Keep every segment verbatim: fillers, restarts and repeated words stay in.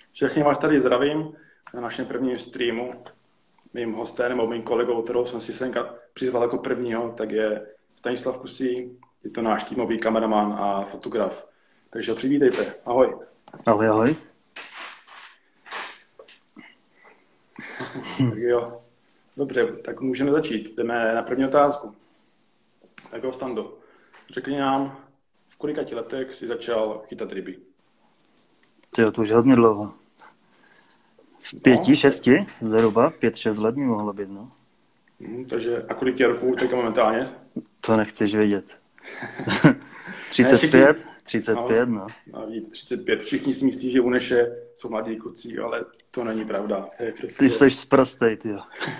Všechny vás tady zdravím na našem prvním streamu. Mým hostem nebo mým kolegou, kterou jsem si senka přizval jako prvního, tak je Stanislav Kusí. Je to náš týmový kameraman a fotograf. Takže přivítejte. Ahoj. Ahoj, ahoj. Tak jo. Dobře, tak můžeme začít. Jdeme na první otázku. Tak jo, Stando, řekni nám, v kolika ti letech jsi začal chytat ryby? Tyjo, to už je hodně dlouho. V pěti, no, šesti, zhruba, pět, šest let mi mohlo být, no. Hmm, takže a kolik je roků teďka momentálně? To nechceš vědět. třicet pět, třicet pět, no. no. třicet pět, všichni si myslí, že u Neše jsou mladí kluci, ale to není pravda. To je prostě... Ty jsi sprostej, tyjo.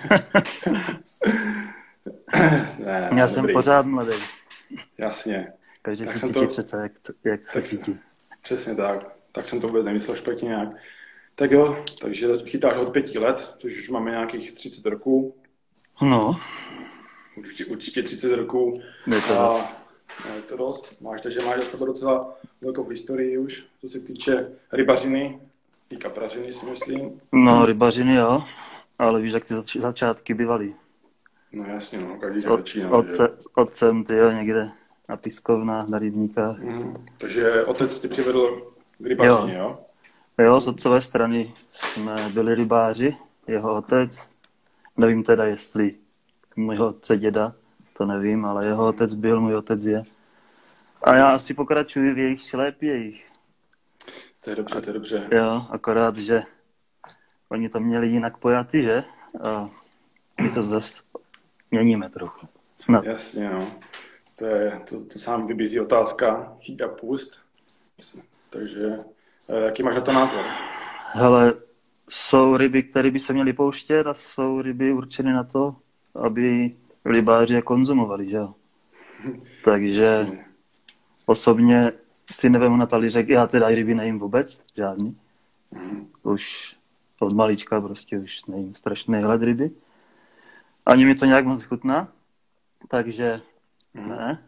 ne, Já jsem dobrý. Pořád mladý. Jasně. Každý tak si cítí to... přece, jak, jak se cítí. Přesně tak. Tak jsem to vůbec nemyslel špatně nějak. Tak jo, takže chytáš od pěti let, což už máme nějakých třicet roků. No. Určitě, určitě třicet roků. Je to dost. Je to dost. Máš, takže máš za sebe docela velkou historii už, co se týče rybařiny, i kaprařiny si myslím. No, rybařiny jo, ale víš, jak ty zač- začátky bývaly. No jasně, no, každý se Od, začíná. s otce, otcem, tyjo, někde na pískovnách, na rybníkách. Mm, takže otec tě přivedl k rybařině, jo? jo? Jo, z otcové strany jsme byli rybáři, jeho otec, nevím teda, jestli můjho otce děda, to nevím, ale jeho otec byl, můj otec je. A já asi pokračuji v jejich šlép jejich. To je dobře, to je dobře. Jo, akorát, že oni to měli jinak pojatý, že? A my to zase měníme trochu. Snad. Jasně, no. To, je, to, to sám vybízí otázka, chyť a pust. Takže, jaký máš na to názor? Hele, jsou ryby, které by se měly pouštět a jsou ryby určené na to, aby rybáři je konzumovali, že jo? Takže Jasně. Osobně si nevím na talířek, já teda ryby nejím vůbec, žádný. Mm. Už od malička prostě už nejím strašný hled ryby. Ani mi to nějak moc chutná, takže mm. ne.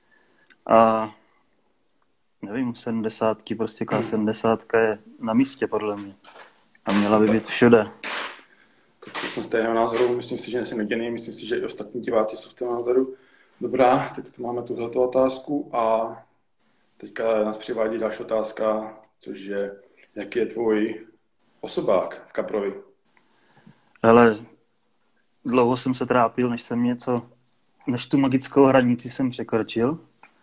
A nevím, sedmdesátky, prostě ká sedmdesátka je na místě podle mě. A měla by být všude. Tak jsem stejného názoru, myslím si, že nejsem jediný, myslím si, že i ostatní diváci jsou stejného názoru. Dobrá, tak tu máme tuto otázku a teďka nás přivádí další otázka, což je, jaký je tvůj osobák v kaprovi? Hele, dlouho jsem se trápil, než jsem něco, než tu magickou hranici jsem překročil,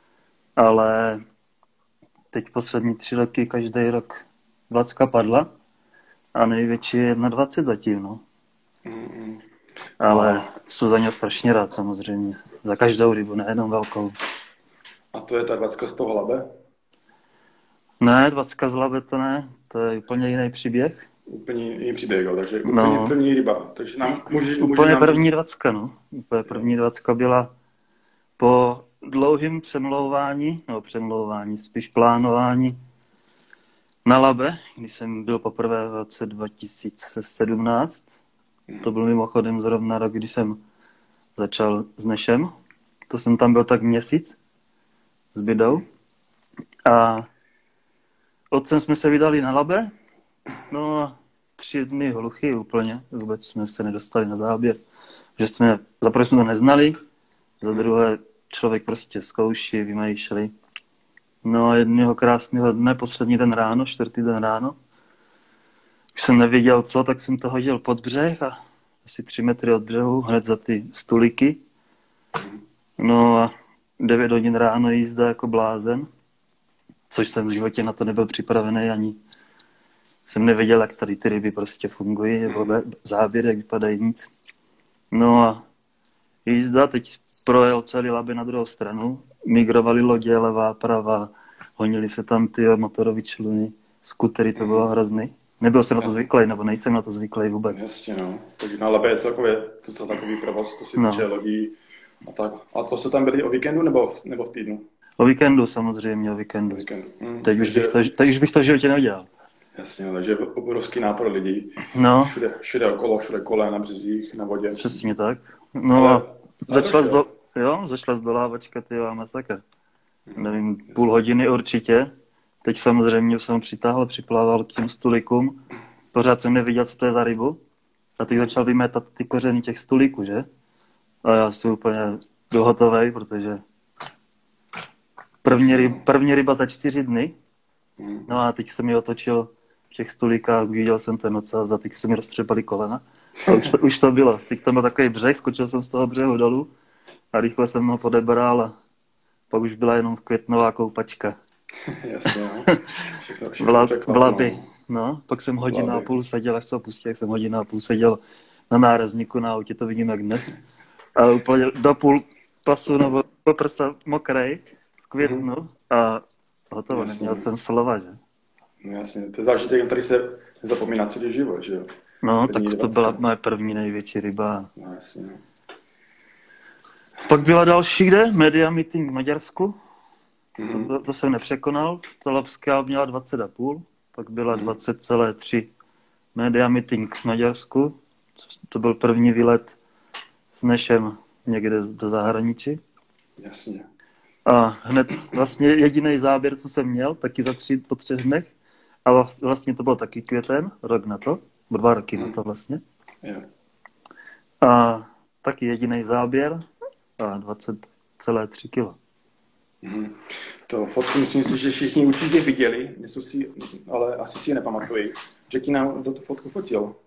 ale teď poslední tři roky, každý rok dvacka padla a největší je dvacet jedna zatím, no. Mm-mm. Ale no. Jsou za něj strašně rád samozřejmě. Za každou rybu, nejenom velkou. A to je ta dvacka z toho labe? Ne, dvacka z labe to ne, to je úplně jiný příběh. Úplně jiný příběh, jo. Takže úplně no. první ryba. Takže nám můžeš, Úplně můžeš nám první říct... dvacka, no. Úplně první dvacka byla po dlouhým přemlouvání, nebo přemlouvání, spíš plánování na labe, když jsem byl poprvé v roce dva tisíce sedmnáct. Hmm. To byl mimochodem zrovna rok, kdy jsem začal s Nešem. To jsem tam byl tak měsíc s bydou. A otcem jsme se vydali na labe. No a tři dny hluchy úplně. Vůbec jsme se nedostali na záběr. Že jsme, za prvé jsme to neznali, za druhé člověk prostě zkouší, vymýšlí. No a jednoho krásného dne, poslední den ráno, čtvrtý den ráno, když jsem nevěděl co, tak jsem to hodil pod břeh a asi tři metry od břehu, hned za ty stulíky. No a devět hodin ráno jízda jako blázen, což jsem v životě na to nebyl připravený, ani jsem nevěděl, jak tady ty ryby prostě fungují, nebo záběr, jak vypadají, nic. No a jízda, teď projel celý labe na druhou stranu, migrovali lodě, levá, pravá, honili se tam ty motorové čluny, skutery, to bylo hrozný. Nebyl jsem na to zvyklý, nebo nejsem na to zvyklý vůbec. Jasně, no. Takže na labe je celkově, to je takový provoz, to si no. týče lodí a tak. A to se tam byli o víkendu nebo v, nebo v týdnu? O víkendu samozřejmě, o víkendu. O víkendu. Hmm, teď, už bych to, teď už bych to v životě neudělal. Jasně, takže obrovský nápor lidí. No. Všude, všude okolo, všude kole, na březích, na vodě. Přesně tak. No a začala zdo, jo, začala zdolávačka, tyjo, a masakr. Hmm. Nevím, půl hodiny určitě. Teď samozřejmě jsem přitáhl, připlával k těm stolíkům. pořád jsem neviděl, co to je za rybu. A teď začal vymetat ty kořeny těch stolíků, že? A já jsem úplně dohotovej, protože první, ryb, první ryba za čtyři dny. No a teď se mi otočil v těch stolíkách, viděl jsem ten ocas a teď se mi roztřepali kolena. A už to, už to bylo. Teď tam byl takový břeh, skočil jsem z toho břehu dolů a rychle jsem ho podebral a pak už byla jenom květnová koupačka. Jasně, no. Všechno, všechno Vla, překvapilo. vlaby. No, pak jsem hodinu a půl seděl, až se opustil, jak jsem hodinu a půl seděl na nárazníku na autě, to vidím jak dnes. A úplně do půl pasu nebo do prsa mokrej v květnu a hotovo, Jasně. neměl jsem slova, že? No jasně, to je zážitek, který se nezapomíná celý život, že jo? No, První tak to dvacka. byla moje první největší ryba. No jasně, no. Pak byla další kde? Media meeting v Maďarsku. Mhm. To, to jsem nepřekonal. Ta labská měla dvacet a půl, pak byla dvacet celá tři. Media meeting v Maďarsku. To byl první výlet s Nešem někde do zahraničí. Jasně. A hned vlastně jediný záběr, co jsem měl, taky za tři po třech dnech. A vlastně to byl taky květen, rok na to, dva roky na to vlastně. Jo. A taky jediný záběr a dvacet celá tři kilo. Mhm. To fotku myslím si, že všichni určitě viděli, něco si, ale asi si ji nepamatuji. Řekni nám, kdo tu fotku fotil.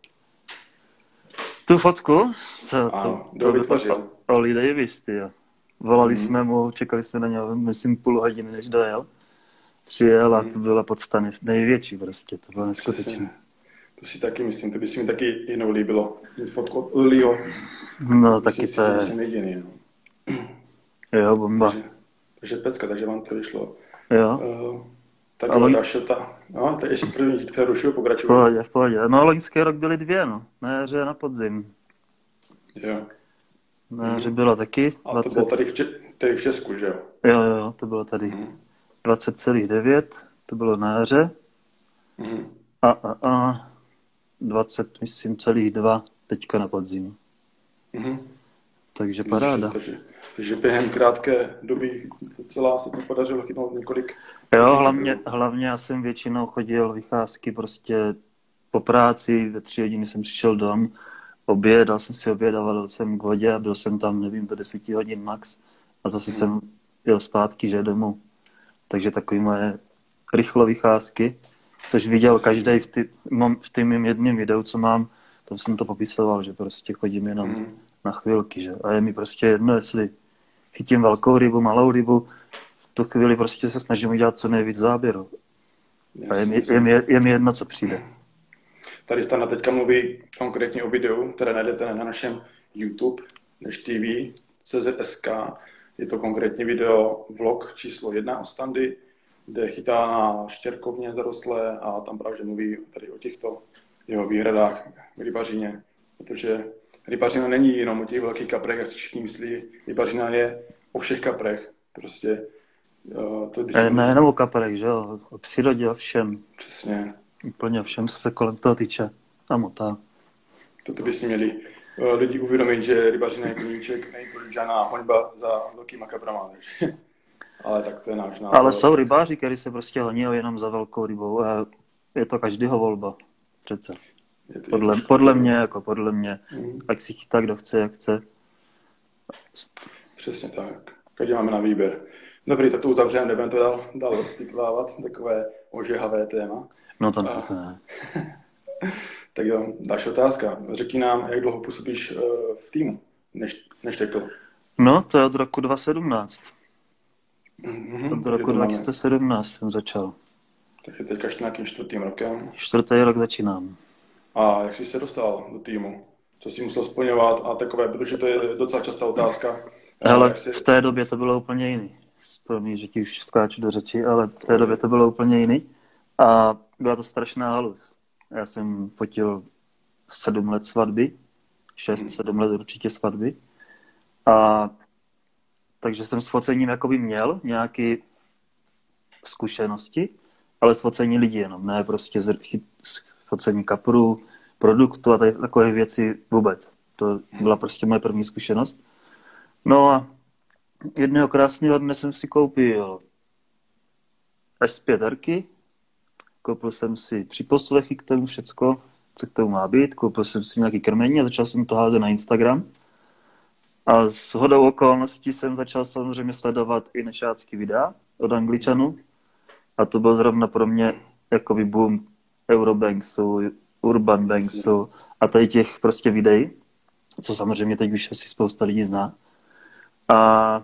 Tu fotku? To, Ano, to, kdo to, vytvořil? to Oli Davis, tyjo. Volali Mhm. jsme mu, čekali jsme na něho, myslím, půl hodiny, než dojel. Přijel a to byla podstany největší prostě, to bylo neskutečné. Přesně. To si taky myslím, to by si mi taky jednou líbilo. Mít fotku od Liho. No taky Myslím si, to že je, jsem jediný. No. jo, bomba. Takže, takže pecka, takže vám to vyšlo. Jo, Uh, tak Ale- ale... další ta. No, tak ještě první přerušil, v pokračuju. pohodě, v pohodě. No loňský rok byly dvě, no, na jaře a na podzim. Jo. Na jaře bylo taky A to dvacet, bylo tady v, Če- tady v Česku, že jo? jo, jo, jo, to bylo tady dvacet celá devět, to bylo na jaře. Mhm. A, a, a dvacet, myslím, celých dva teďka na podzim. Mhm. Takže paráda. Takže, takže během krátké doby celá se mi podařilo chytnout několik... Jo, hlavně, hlavně já jsem většinou chodil vycházky prostě po práci, ve tři hodiny jsem přišel dom, oběd, dal jsem si oběd, dal jsem k vodě a byl jsem tam, nevím, do deseti hodin max a zase Hmm. jsem jel zpátky, že domů. Takže takový moje rychlo vycházky, což viděl každý v, ty, v tím mým jedním videu, co mám, tam jsem to popisoval, že prostě chodím jenom Mhm. na chvilky, že? A je mi prostě jedno, jestli chytím velkou rybu, malou rybu, v tu chvíli prostě se snažím udělat co nejvíc záběru. A je mi, je mi, je mi jedno, co přijde. Tady Stana teďka mluví konkrétně o videu, které najdete na našem YouTube, než T V, C Z S K. Je to konkrétně video, vlog číslo jedna o Standy, kde chytá na štěrkovně zarostlé a tam právě mluví tady o těchto jeho výhradách v rybařině. Protože rybařina není jenom o těch velkých kaprech, jak si všichni myslí. Rybařina je o všech kaprech. Prostě uh, to, když Ne, jsem- nejenom o kaperech, že jo, o přírodě, o všem. Přesně. Úplně o všem, co se kolem toho týče. A motá. Toto by si měli uh, lidi uvědomit, že rybařina je koníček, není to žádná hoňba za velkýma kaprama. Takže. Ale tak to je náš názor. Ale jsou rybáři, kteří se prostě honí jenom za velkou rybou. A je to každýho volba. Přece. Je to- Podle, je to podle škoda. mě, jako podle mě. Mhm. Ať si chytá, kdo chce, jak chce. Přesně tak. Každý máme na výběr. Dobrý, tak to uzavřeme, nebudeme to dál, dál rozpitvávat, takové ožehavé téma. No to ne. A- To ne. Tak jo, další otázka. Řekni nám, jak dlouho působíš uh, v týmu, než, než řekl. No, to je od roku dva tisíce sedmnáct. Mm-hmm. Od roku dva tisíce sedmnáct jsem začal. Takže teďka ještě nějakým čtvrtým rokem. Čtvrtý rok začínám. A jak jsi se dostal do týmu? Co jsi musel splňovat a takové, protože to je docela častá otázka. Ale Jak jsi... v té době to bylo úplně jiný. Promiň, že ti už skáču do řeči, ale v té době to bylo úplně jiný. A byla to strašná halus. Já jsem fotil sedm let svatby, šest, sedm let určitě svatby. A takže jsem s focením jakoby měl nějaké zkušenosti, ale s focení lidí jenom, ne prostě z, chy, z focení kaprů, produktu a takové věci vůbec. To byla prostě moje první zkušenost. No a jednoho krásného dne jsem si koupil S pět erky, koupil jsem si tři poslechy k tomu všecko, co k tomu má být, koupil jsem si nějaký krmení a začal jsem to házet na Instagram. A s hodou okolností jsem začal samozřejmě sledovat i nešácký videa od Angličanů. A to byl zrovna pro mě jakoby boom Eurobanksu, Urban Banksu a tady těch prostě videí, co samozřejmě teď už asi spousta lidí zná. A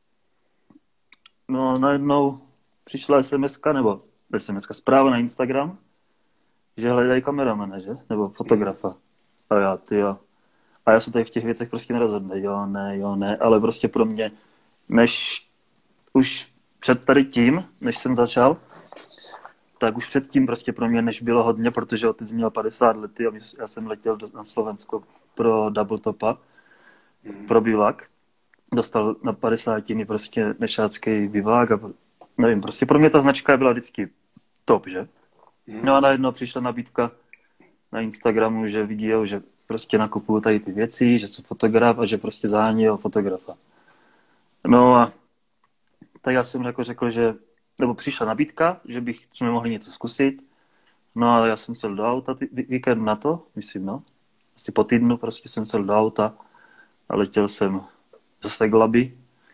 no najednou přišla es em eska, nebo es em eska zpráva na Instagram, že hledají kameramana, že? Nebo fotografa. A já, ty jo. A já se tady v těch věcech prostě nerozhodne. Jo, ne, jo, ne. Ale prostě pro mě, než už před tady tím, než jsem začal, tak už předtím prostě pro mě než bylo hodně, protože otec měl padesát lety a já jsem letěl na Slovensko pro double topa, pro bivak. Dostal na padesátiny prostě nešácký bivák a nevím, prostě pro mě ta značka byla vždycky top, že? No a najednou přišla nabídka na Instagramu, že vidí, že prostě nakupuju tady ty věci, že jsou fotograf a že prostě zahání fotografa. No a tak já jsem jako řekl, že nebo přišla nabídka, že bych jsme mohli něco zkusit. No a já jsem šel do auta ty, víkend na to, myslím, no. Asi po týdnu prostě jsem šel do auta a letěl jsem zase Glaby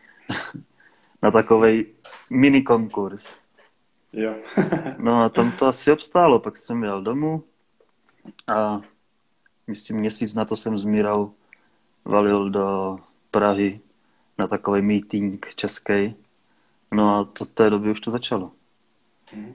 na takovej mini konkurs. Jo. No a tam to asi obstálo, pak jsem jel domů a myslím měsíc na to jsem zmíral, valil do Prahy na takový meeting český. No a od té doby už to začalo. Hmm.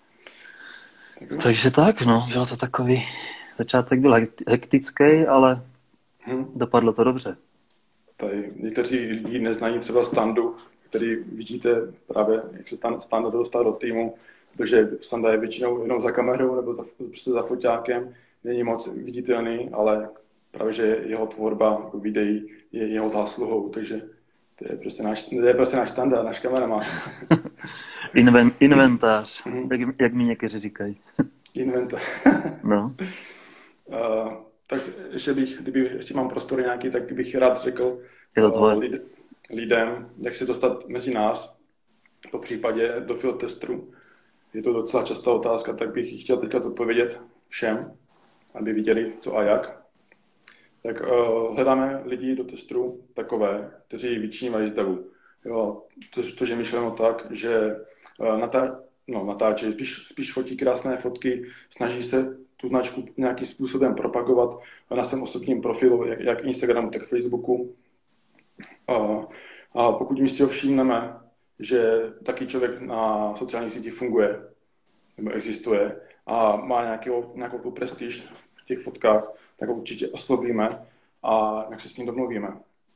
Tak Takže tak, no, bylo to takový, začátek byl hektický, ale hmm. dopadlo to dobře. Tady někteří lidi neznají třeba Standu, který vidíte právě, jak se Standa dostal do týmu, protože Standa je většinou jenom za kamerou nebo za, prostě za foťákem, není moc viditelný, ale právě, že jeho tvorba videí je jeho zásluhou, takže to je prostě náš, to je prostě náš Standa, náš kameraman. Inven, inventář, mm-hmm. jak, jak mi někteří říkají. Inventář. No. Uh, tak ještě bych, kdyby ještě mám prostor nějaký, tak bych rád řekl uh, lid, lidem, jak se dostat mezi nás, po případě do field testru. Je to docela častá otázka, tak bych chtěl teďka odpovědět všem, aby viděli, co a jak. Tak uh, hledáme lidi do testru takové, kteří vyčnívají z devu. Jo, to, to je myšleno tak, že uh, natá, no, natáčí, spíš, spíš fotí krásné fotky, snaží se tu značku nějakým způsobem propagovat na svém osobním profilu, jak, jak Instagramu, tak Facebooku. Uh, a pokud my si ho všimneme, že taky člověk na sociálních sítích funguje, nebo existuje a má nějakou, nějakou tu prestiž v těch fotkách, tak ho určitě oslovíme a jak se s ním domluvíme.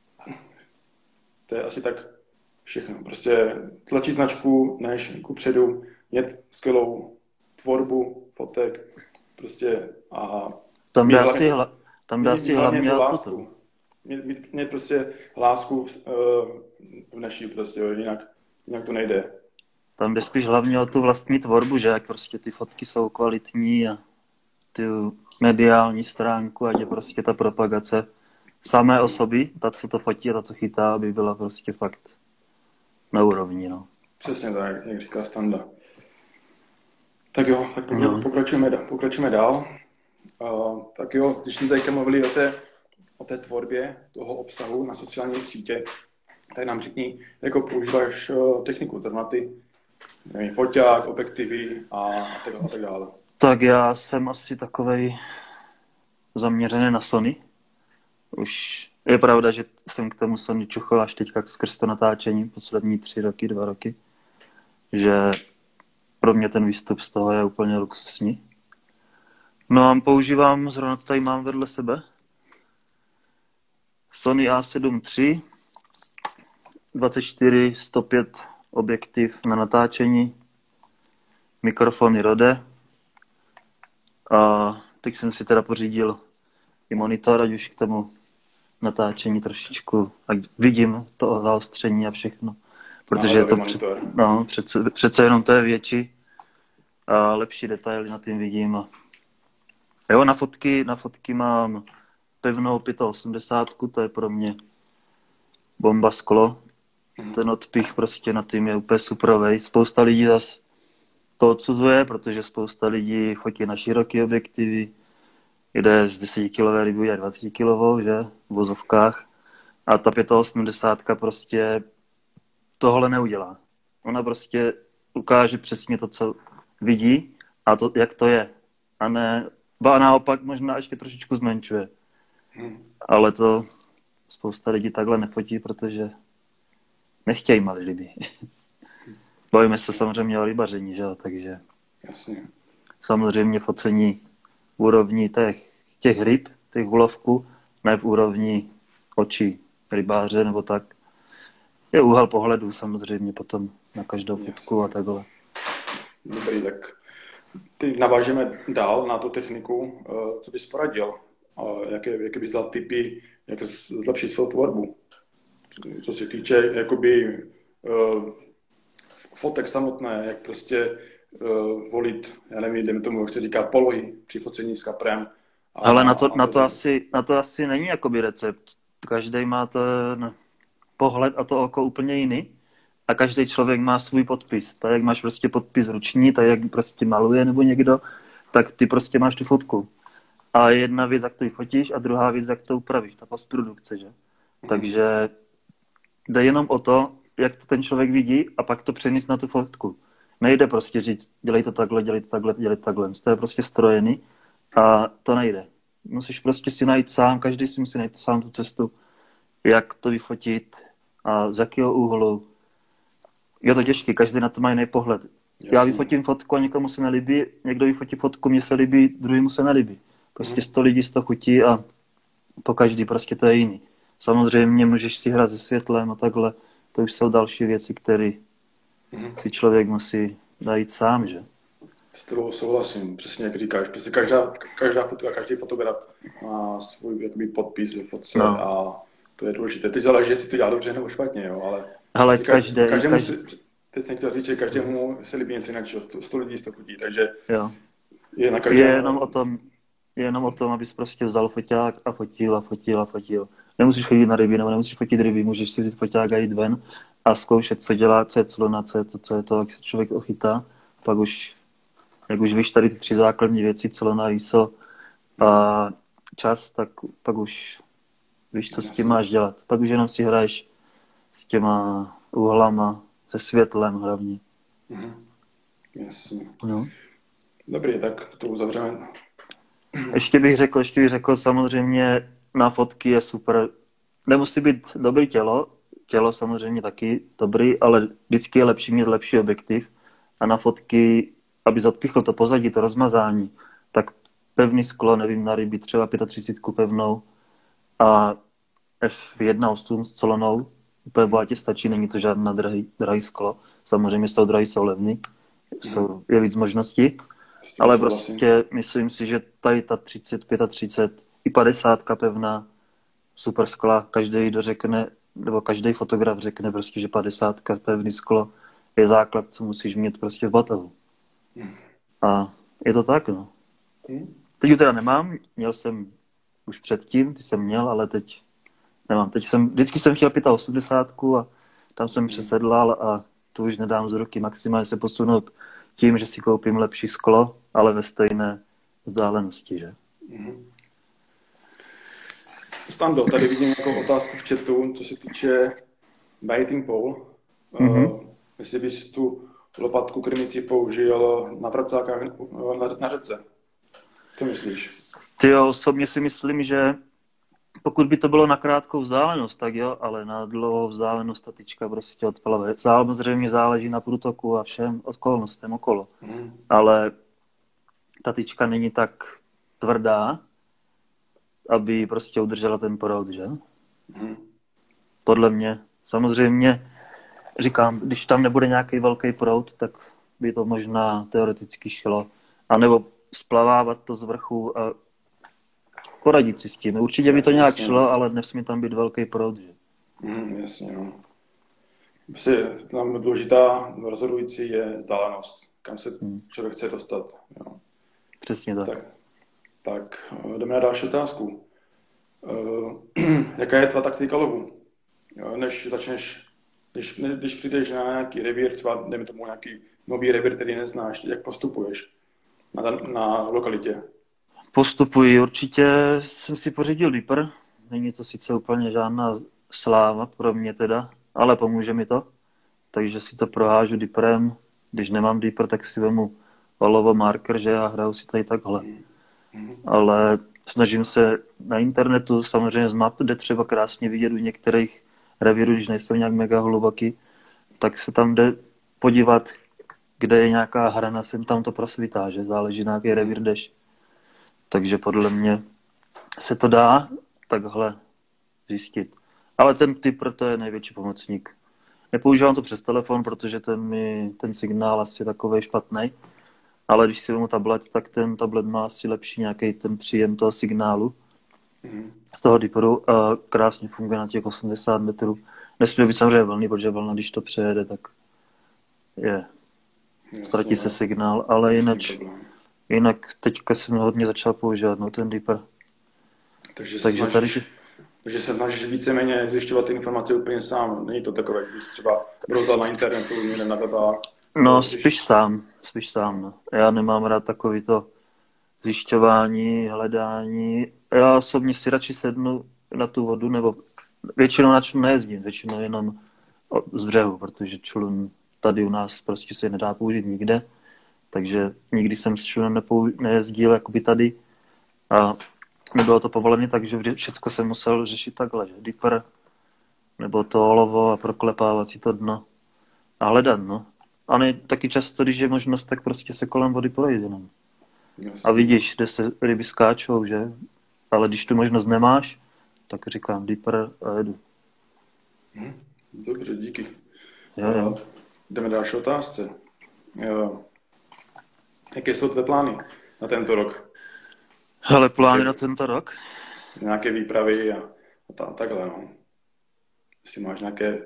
To je asi tak všechno. Prostě tlačit značku, než kupředu, mít skvělou tvorbu fotek, prostě a... Tam by asi, hla, tam by asi hlavně lásku. Mít, mít, mít prostě lásku v, v naší prostě, jinak, jinak to nejde. Tam by spíš hlavně o tu vlastní tvorbu, že jak prostě ty fotky jsou kvalitní a ty mediální stránku, ať je prostě ta propagace samé osoby, ta, co to fotí a ta, co chytá, aby byla prostě fakt na úrovni, no. Přesně tak, jak říká Standa. Tak jo, tak no. pokračujeme, pokračujeme dál. Uh, tak jo, když jsme teďka mluvili o té, o té tvorbě toho obsahu na sociální sítě, tak nám řekni, jako používáš uh, techniku, zrovna ty, nevím, foťák, objektivy a, a, tak, a tak dále. Tak já jsem asi takovej zaměřený na Sony. Už je pravda, že jsem k tomu Sony čuchol až teďka skrz to natáčení poslední tři roky, dva roky. Že pro mě ten výstup z toho je úplně luxusní. No a používám, zrovna tady mám vedle sebe, Sony A sedm tři, dvacet čtyři sto pět objektiv na natáčení, mikrofony Rode. A teď jsem si teda pořídil i monitor, ať už k tomu natáčení trošičku, ať vidím to zaostření a všechno. Protože je to před, no, přece, přece jenom to je větší a lepší detaily na tím vidím. A jo, na fotky, na fotky mám pevnou osmdesát pět, to je pro mě bomba sklo. Ten odpich prostě na tím je úplně suprovej. Spousta lidí zase to odsuzuje, protože spousta lidí fotí na široký objektivy, jde z desetikilové ryby a dvacetikilovou, že, v vozovkách. A ta osmdesátka pět prostě tohle neudělá. Ona prostě ukáže přesně to, co vidí a to, jak to je. A ne, ba naopak možná ještě trošičku zmenšuje. Hmm. Ale to spousta lidí takhle nefotí, protože nechtějí malé ryby. Bavíme se samozřejmě o rybaření, že jo, takže Jasně. samozřejmě focení úrovní těch, těch ryb, těch úlovků, ne v úrovni očí rybáře nebo tak. Je úhel pohledu samozřejmě potom na každou fotku a takhle. Dobrý, tak teď navážeme dál na tu techniku. Co bys poradil? Jaké, jaké bys dal tipy, jak zlepšit svou tvorbu? Co se týče jakoby fotek samotné, jak prostě volit, já nevím, jdeme tomu, jak se říká, polohy při focení s kaprem. A, Ale na to, a na, to asi, na to asi není jakoby recept. Každý má ten pohled a to oko úplně jiný. A každý člověk má svůj podpis. Tak jak máš prostě podpis ruční, tak jak prostě maluje nebo někdo, tak ty prostě máš tu fotku. A jedna věc, jak to vyfotíš, a druhá věc, jak to upravíš, ta postprodukce, že? Mm. Takže jde jenom o to, jak to ten člověk vidí a pak to přenést na tu fotku. Nejde prostě říct, dělej to takhle, dělej to takhle, dělej to takhle. To je prostě strojený a to nejde. Musíš prostě si najít sám, každý si musí najít sám tu cestu, jak to vyfotit a z jakého úhlu. Je to těžké, každý na to má jiný pohled. Jasně. Já vyfotím fotku a někomu se nelíbí, někdo vyfotí fotku, mně se líbí, druhému se nelíbí. Prostě sto lidí, sto chutí a po každý prostě to je jiný. Samozřejmě můžeš si hrát se světlem a takhle, to už jsou další věci, které mm. si člověk musí najít sám, že? S tebou souhlasím, přesně jak říkáš. Prostě každá, každá fotka, každý fotograf má svůj jakoby, podpis ve fotce no. A to je důležité. Teď záleží, jestli to dělá dobře nebo špatně, jo, ale... Ale každý... Každému každý... se, teď jsem chtěl říct, že každému se líbí něco jiného, sto lidí, sto chutí, takže jo. je na každém... Je jenom o tom, je jenom o tom, abys prostě vzal foťák a fotil a fotil a fotil. Nemusíš chodit na ryby, nebo nemusíš fotit ryby, můžeš si vzít foťák a jít ven a zkoušet, co dělá, co je clona, co je to, co je to, jak se člověk ochytá. Pak už, jak už víš tady ty tři základní věci, clona, I S O a čas, tak pak už víš, co s tím máš dělat. Pak už jenom si hraješ s těma úhlama, se světlem hlavně. Mhm. Jasně. No. Dobrý, tak to uzavřeme. Ještě bych řekl, ještě bych řekl, samozřejmě na fotky je super. Nemusí být dobrý tělo, tělo samozřejmě taky dobrý, ale vždycky je lepší mít lepší objektiv. A na fotky, aby zadpichl to pozadí, to rozmazání, tak pevný sklo, nevím, na ryby třeba třicet pět pevnou a F jedna osm s clonou, úplně bohatě stačí, není to žádná drahý, drahý sklo. Samozřejmě jsou drahý, jsou levný, jsou, je víc možností. Ale prostě myslím si, že tady ta třicet pět a třicet i padesát pevná super skla, každý dořekne, nebo každý fotograf řekne prostě, že padesát pevný sklo je základ, co musíš mít prostě v batohu. A je to tak, no. Teď ji teda nemám, měl jsem už předtím, ty jsem měl, ale teď nemám. Teď jsem, vždycky jsem chtěl osmdesát pět a tam jsem přesedlal a to už nedám z ruky. Maximálně se posunout tím, že si koupím lepší sklo, ale ve stejné vzdálenosti, že? Mm-hmm. Stando, tady vidím jako otázku v chatu, co se týče baiting pole. Mm-hmm. Uh, jestli bys tu lopatku krmici použil na pracákách na, na řece. Co myslíš? Ty jo, osobně si myslím, že pokud by to bylo na krátkou vzdálenost, tak jo, ale na dlouhou vzdálenost ta tyčka prostě odplave. Samozřejmě záleží na průtoku a všem okolnostem okolo. Mm. Ale ta tyčka není tak tvrdá, aby prostě udržela ten proud, že? Mm. Podle mě. Samozřejmě říkám, když tam nebude nějaký velký proud, tak by to možná teoreticky šlo. A nebo splavávat to z vrchu a poradit si s tím. Určitě by to nějak jasně. šlo, ale nesmí tam být velký proud, že? Mm, jasně, no. Prostě tam důležitá, rozhodující je vzdálenost, kam se hmm. člověk chce dostat. Jo. Přesně tak. Tak, tak jdeme na další otázku. Uh, jaká je tvá taktika lovu? Jo, než začneš, když, když přijdeš na nějaký revír, třeba dejme tomu nějaký nový revír, který neznáš, jak postupuješ na, na lokalitě? Postupuji. Určitě jsem si pořídil Deeper. Není to sice úplně žádná sláva pro mě teda, ale pomůže mi to. Takže si to prohážu Deeperem. Když nemám Deeper, tak si vemu olovo marker, že já hraju si tady takhle. Ale snažím se na internetu, samozřejmě z map, jde třeba krásně vidět u některých revírů, když nejsou nějak mega hluboký, tak se tam jde podívat, kde je nějaká hrana, sem tam to prosvítá, že záleží na jaký revír jdeš. Takže podle mě se to dá takhle zjistit. Ale ten Deeper, to je největší pomocník. Nepoužívám to přes telefon, protože ten, mi, ten signál asi je takovej špatný. Ale když si vezmu tablet, tak ten tablet má asi lepší nějaký ten příjem toho signálu mm. z toho Deeperu a krásně funguje na těch osmdesát metrů. Nesmí být samozřejmě vlny, protože vlna, když to přejede, tak je. Ztratí se signál, ale jinak, jinak teďka jsem hodně začal používat no, ten Deeper. Takže se, Takže snažíš, tady... takže se snažíš víceméně zjišťovat ty informace úplně sám. Není to takové, když třeba browsal na internetu, někde na webách. No, když... spíš sám, spíš sám. No. Já nemám rád takový to zjišťování, hledání. Já osobně si radši sednu na tu vodu, nebo většinou na člun nejezdím, většinou jenom z břehu, protože člun tady u nás prostě se nedá použít nikde, takže nikdy jsem s člunem nepou... nejezdil jakoby tady a nebylo to povolené, takže všecko jsem musel řešit takhle, že Deeper, nebo to olovo a proklepávat si to dno a hledat, no. A ne, taky často, když je možnost, tak prostě se kolem vody projít jenom. A vidíš, kde se ryby skáčou, že? Ale když tu možnost nemáš, tak říkám Deeper a jedu. Hm, dobře, díky. Jo, jo. Jdeme další otázce. Jo. Jaké jsou tvé plány na tento rok? Hele, plány na tento rok? Nějaké výpravy a, a, ta, a takhle, no. Jestli máš nějaké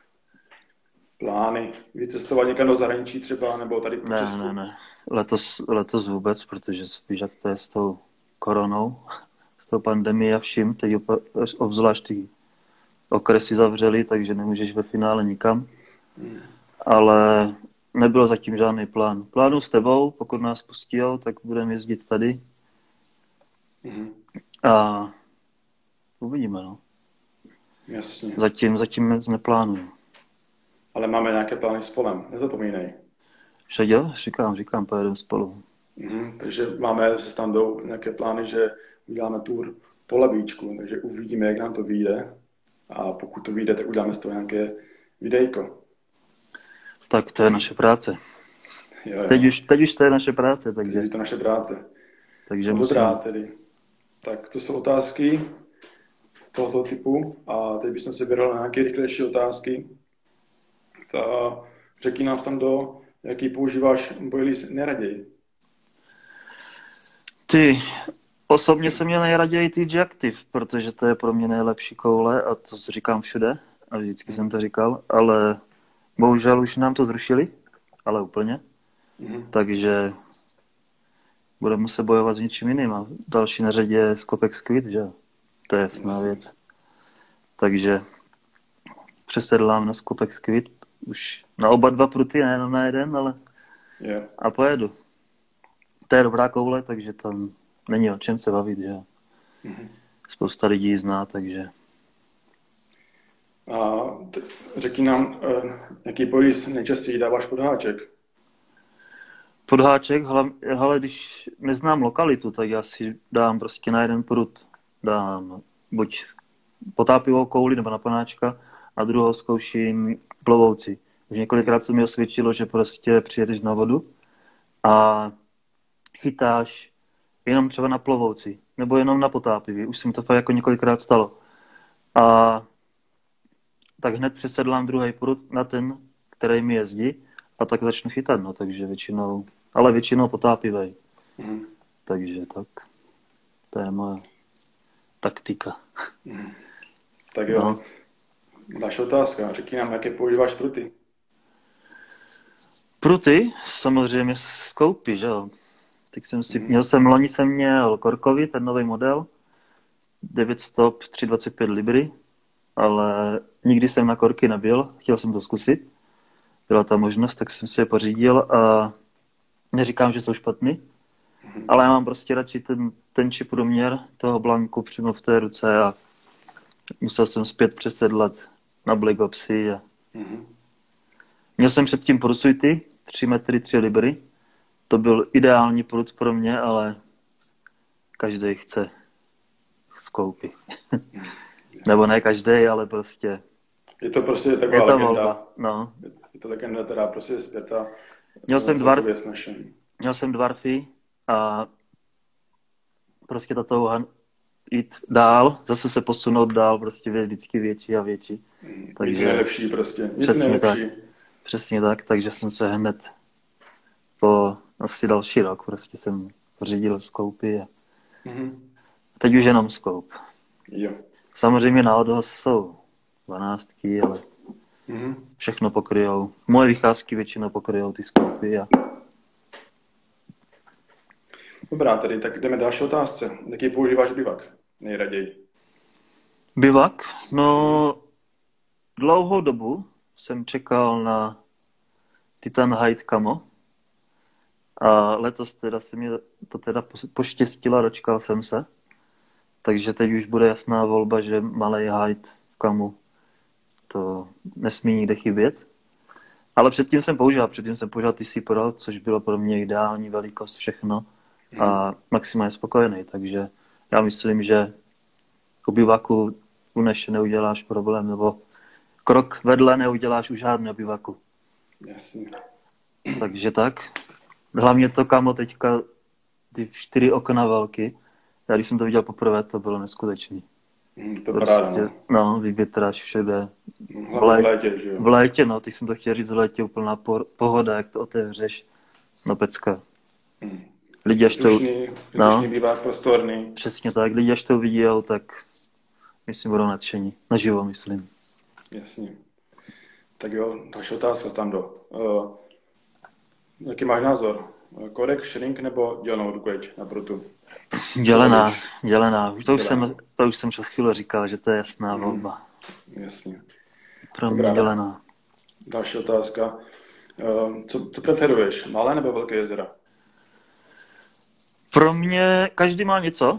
plány vycestovat někam do zahraničí třeba, nebo tady po ne, Česku? Ne, ne, letos, letos vůbec, protože víš, jak to je s tou koronou, s tou pandemií a vším, teď obzvlášť ty okresy zavřely, takže nemůžeš ve finále nikam. Hmm. Ale nebyl zatím žádný plán. Plánu s tebou, pokud nás pustí, tak budeme jezdit tady. Hmm. A uvidíme, no. Jasně. Zatím, zatím nic neplánuju. Ale máme nějaké plány s Polem, nezapomínej. Však jo, říkám, říkám, pojedeme spolu. Hmm, takže máme se Standou nějaké plány, že uděláme tour po Labíčku, takže uvidíme, jak nám to vyjde. A pokud to vyjde, tak uděláme z toho nějaké videjko. Tak to je naše práce. Jo, jo. Teď, už, teď už to je naše práce. Takže... Teď je to naše práce. Takže no, musím... Dobrá tedy. Tak to jsou otázky tohoto typu. A teď bych si vybral na nějaké rychlejší otázky. Ta, řekni nám tam do, jaký používáš boilies nejraději. Ty, osobně jsem měl nejraději T G Active, protože to je pro mě nejlepší koule a to si říkám všude a vždycky jsem to říkal, ale bohužel už nám to zrušili, ale úplně, mm-hmm. takže budeme muset bojovat s něčím jiným a další na řadě je Skopek Squid, že to je jasná věc. Takže přesedlám na Skopek Squid, už na oba dva pruty, nejenom na jeden, ale yeah. A pojedu. To je dobrá koule, takže tam není o čem se bavit, že mm-hmm. Spousta lidí ji zná, takže... A t- řekni nám, uh, jaký boilies nejčastěji dáváš pod háček? Pod háček, ale když neznám lokalitu, tak já si dám prostě na jeden prut, dám buď potápivou kouli nebo na panáčka a druhou zkouším plovouci. Už několikrát se mi osvědčilo, že prostě přijedeš na vodu a chytáš jenom třeba na plovouci nebo jenom na potápivý. Už se mi to fakt jako několikrát stalo. A tak hned přesedlám druhý prut na ten, který mi jezdí a tak začnu chytat, no, takže většinou, ale většinou potápivej. Mm. Takže tak, to je moje taktika. Mm. Tak jo, no. Další otázka, řekni nám, jaké používáš pruty? Pruty? Samozřejmě z koupy, že jo. Tak jsem si, mm. měl jsem, loni jsem měl korkový, ten nový model, devět stop, tři dvacet pět libry, ale nikdy jsem na korky nebyl, chtěl jsem to zkusit. Byla ta možnost, tak jsem si je pořídil a neříkám, že jsou špatný, Ale já mám prostě radši ten, ten či průměr toho blanku přímo v té ruce a musel jsem zpět přesedlat na Black Opsy. A... Mm-hmm. Měl jsem předtím Pursuity, tři metry tři libry. To byl ideální prut pro mě, ale každý chce skoupy. Yes. Nebo ne každý, ale prostě... Je to prostě taková je to legenda. Volba. No. Je to legenda, teda prostě zpěta. Měl jsem, dvarf, měl jsem dvarfy a prostě ta touha jít dál, zase se posunout dál, prostě vždycky větší a větší. Mm, takže nejlepší prostě. Přesně nejlepší. tak. Přesně tak, takže jsem se hned po asi další rok prostě jsem pořídil skoupy a mm-hmm. teď už jenom skoup. Jo. Samozřejmě na odhoz jsou dvanáctky, ale mm-hmm. všechno pokryjou. Moje vycházky většinou pokryjou ty skoupy. A... Dobrá, tedy tak jdeme další otázce. Jaký používáš bivak nejraději? Bivak? No, dlouhou dobu jsem čekal na Titan Hide Camo a letos teda se mi to teda poštěstilo, dočkal jsem se. Takže teď už bude jasná volba, že malej hide v kamu to nesmí nikde chybět. Ale předtím jsem používal, předtím jsem používal T C Pro, což bylo pro mě ideální velikost, všechno a maximálně spokojený. Takže já myslím, že u bivaku u neše neuděláš problém, nebo krok vedle neuděláš už žádný bivaku. Jasně. Takže tak. Hlavně to kamo teďka, ty čtyři okna velký. Já když jsem to viděl poprvé, to bylo neskutečný. Mm, to prostě, paráda, no, vyvětráš všude. V, lé... v létě, že jo? V létě, no, teď jsem to chtěl říct, v létě úplná pohoda, jak to otevřeš. No pecka. Mm. Lidi až to... No, bývá prostorný. Přesně tak, lidi až to viděl, tak myslím, budou nadšení. Naživo, myslím. Jasně. Tak jo, další otázka tam do. Uh, jaký máš názor? Korek, shrink nebo dělenou rukojeť na prutu? Dělená, dělená. To už, jsem, to už jsem přes chvíli říkal, že to je jasná volba. Mm, jasně. Pro mě dělená. Další otázka. Uh, co, co preferuješ? Malé nebo velké jezera? Pro mě každý má něco,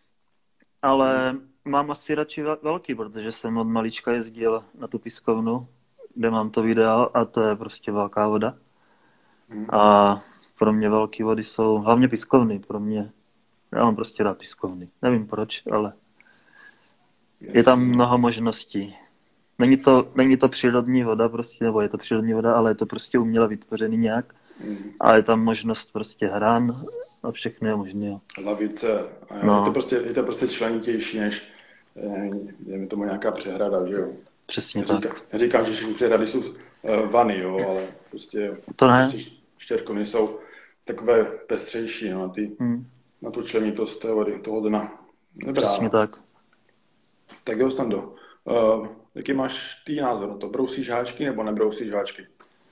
ale mám asi radši velký, protože jsem od malička jezdil na tu pískovnu, kde mám to video a to je prostě velká voda. Hmm. A pro mě velké vody jsou hlavně pískovny, pro mě, já mám prostě rád pískovny, nevím proč, ale yes. Je tam mnoho možností. Není to, není to přírodní voda, prostě, nebo je to přírodní voda, ale je to prostě uměle vytvořený nějak. Mm. A je tam možnost prostě hran a všechno je možné. Lavice. A no. je, to prostě, je to prostě členitější, než je mi tomu nějaká přehrada, že jo? Přesně neříkám, tak. Neříkám, že všechny přehrady jsou uh, vany, jo, ale prostě, to ne. prostě štěrkovny jsou takové pestřejší, no, na, ty, mm. na tu členitost té vody, toho dna. Dobrá. Přesně tak. Tak jo, Stando. Uh, jaký máš ty názor na to? Brousíš háčky nebo nebrousíš háčky?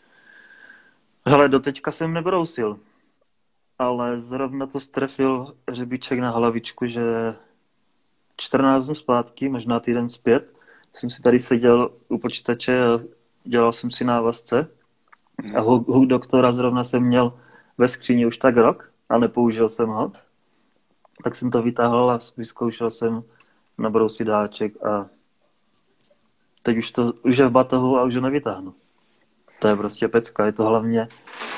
Hele, doteďka jsem nebrousil, ale zrovna to strefil hřebíček na hlavičku, že čtrnáct dnů zpátky, možná týden zpět, jsem si tady seděl u počítače a dělal jsem si návazce a hook doktora zrovna jsem měl ve skříni už tak rok a nepoužil jsem ho, tak jsem to vytáhl a vyzkoušel jsem nabrousit háček a teď už, to, už je v batohu a už ho nevytáhnu. To je prostě pecka, je to hlavně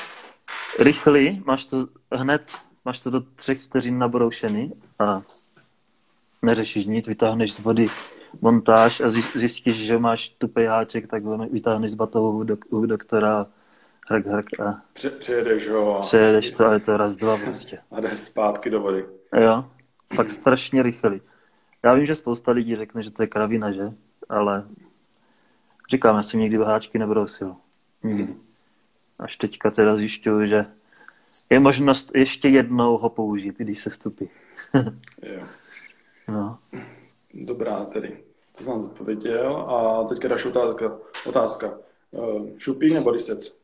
rychlý, máš to hned, máš to do třech vteřin nabroušený a neřešíš nic, vytáhneš z vody montáž a zjistíš, že máš tupej háček, tak vytáhneš z batohu u doktora hrk, hrk a Pře- přejedeš ho a... přejedeš to a je to raz, dva prostě. A jdeš zpátky do vody. Jo, fakt strašně rychlý. Já vím, že spousta lidí řekne, že to je kravina, že? Ale říkám, já jsem nikdy háčky nebrousil. Nikdy. Až teďka teda zjišťuju, že je možnost ještě jednou ho použít, když se stupí. Jo. No. Dobrá, tedy. To jsem odpověděl. A teďka další otázka. otázka. Šupík nebo lisec?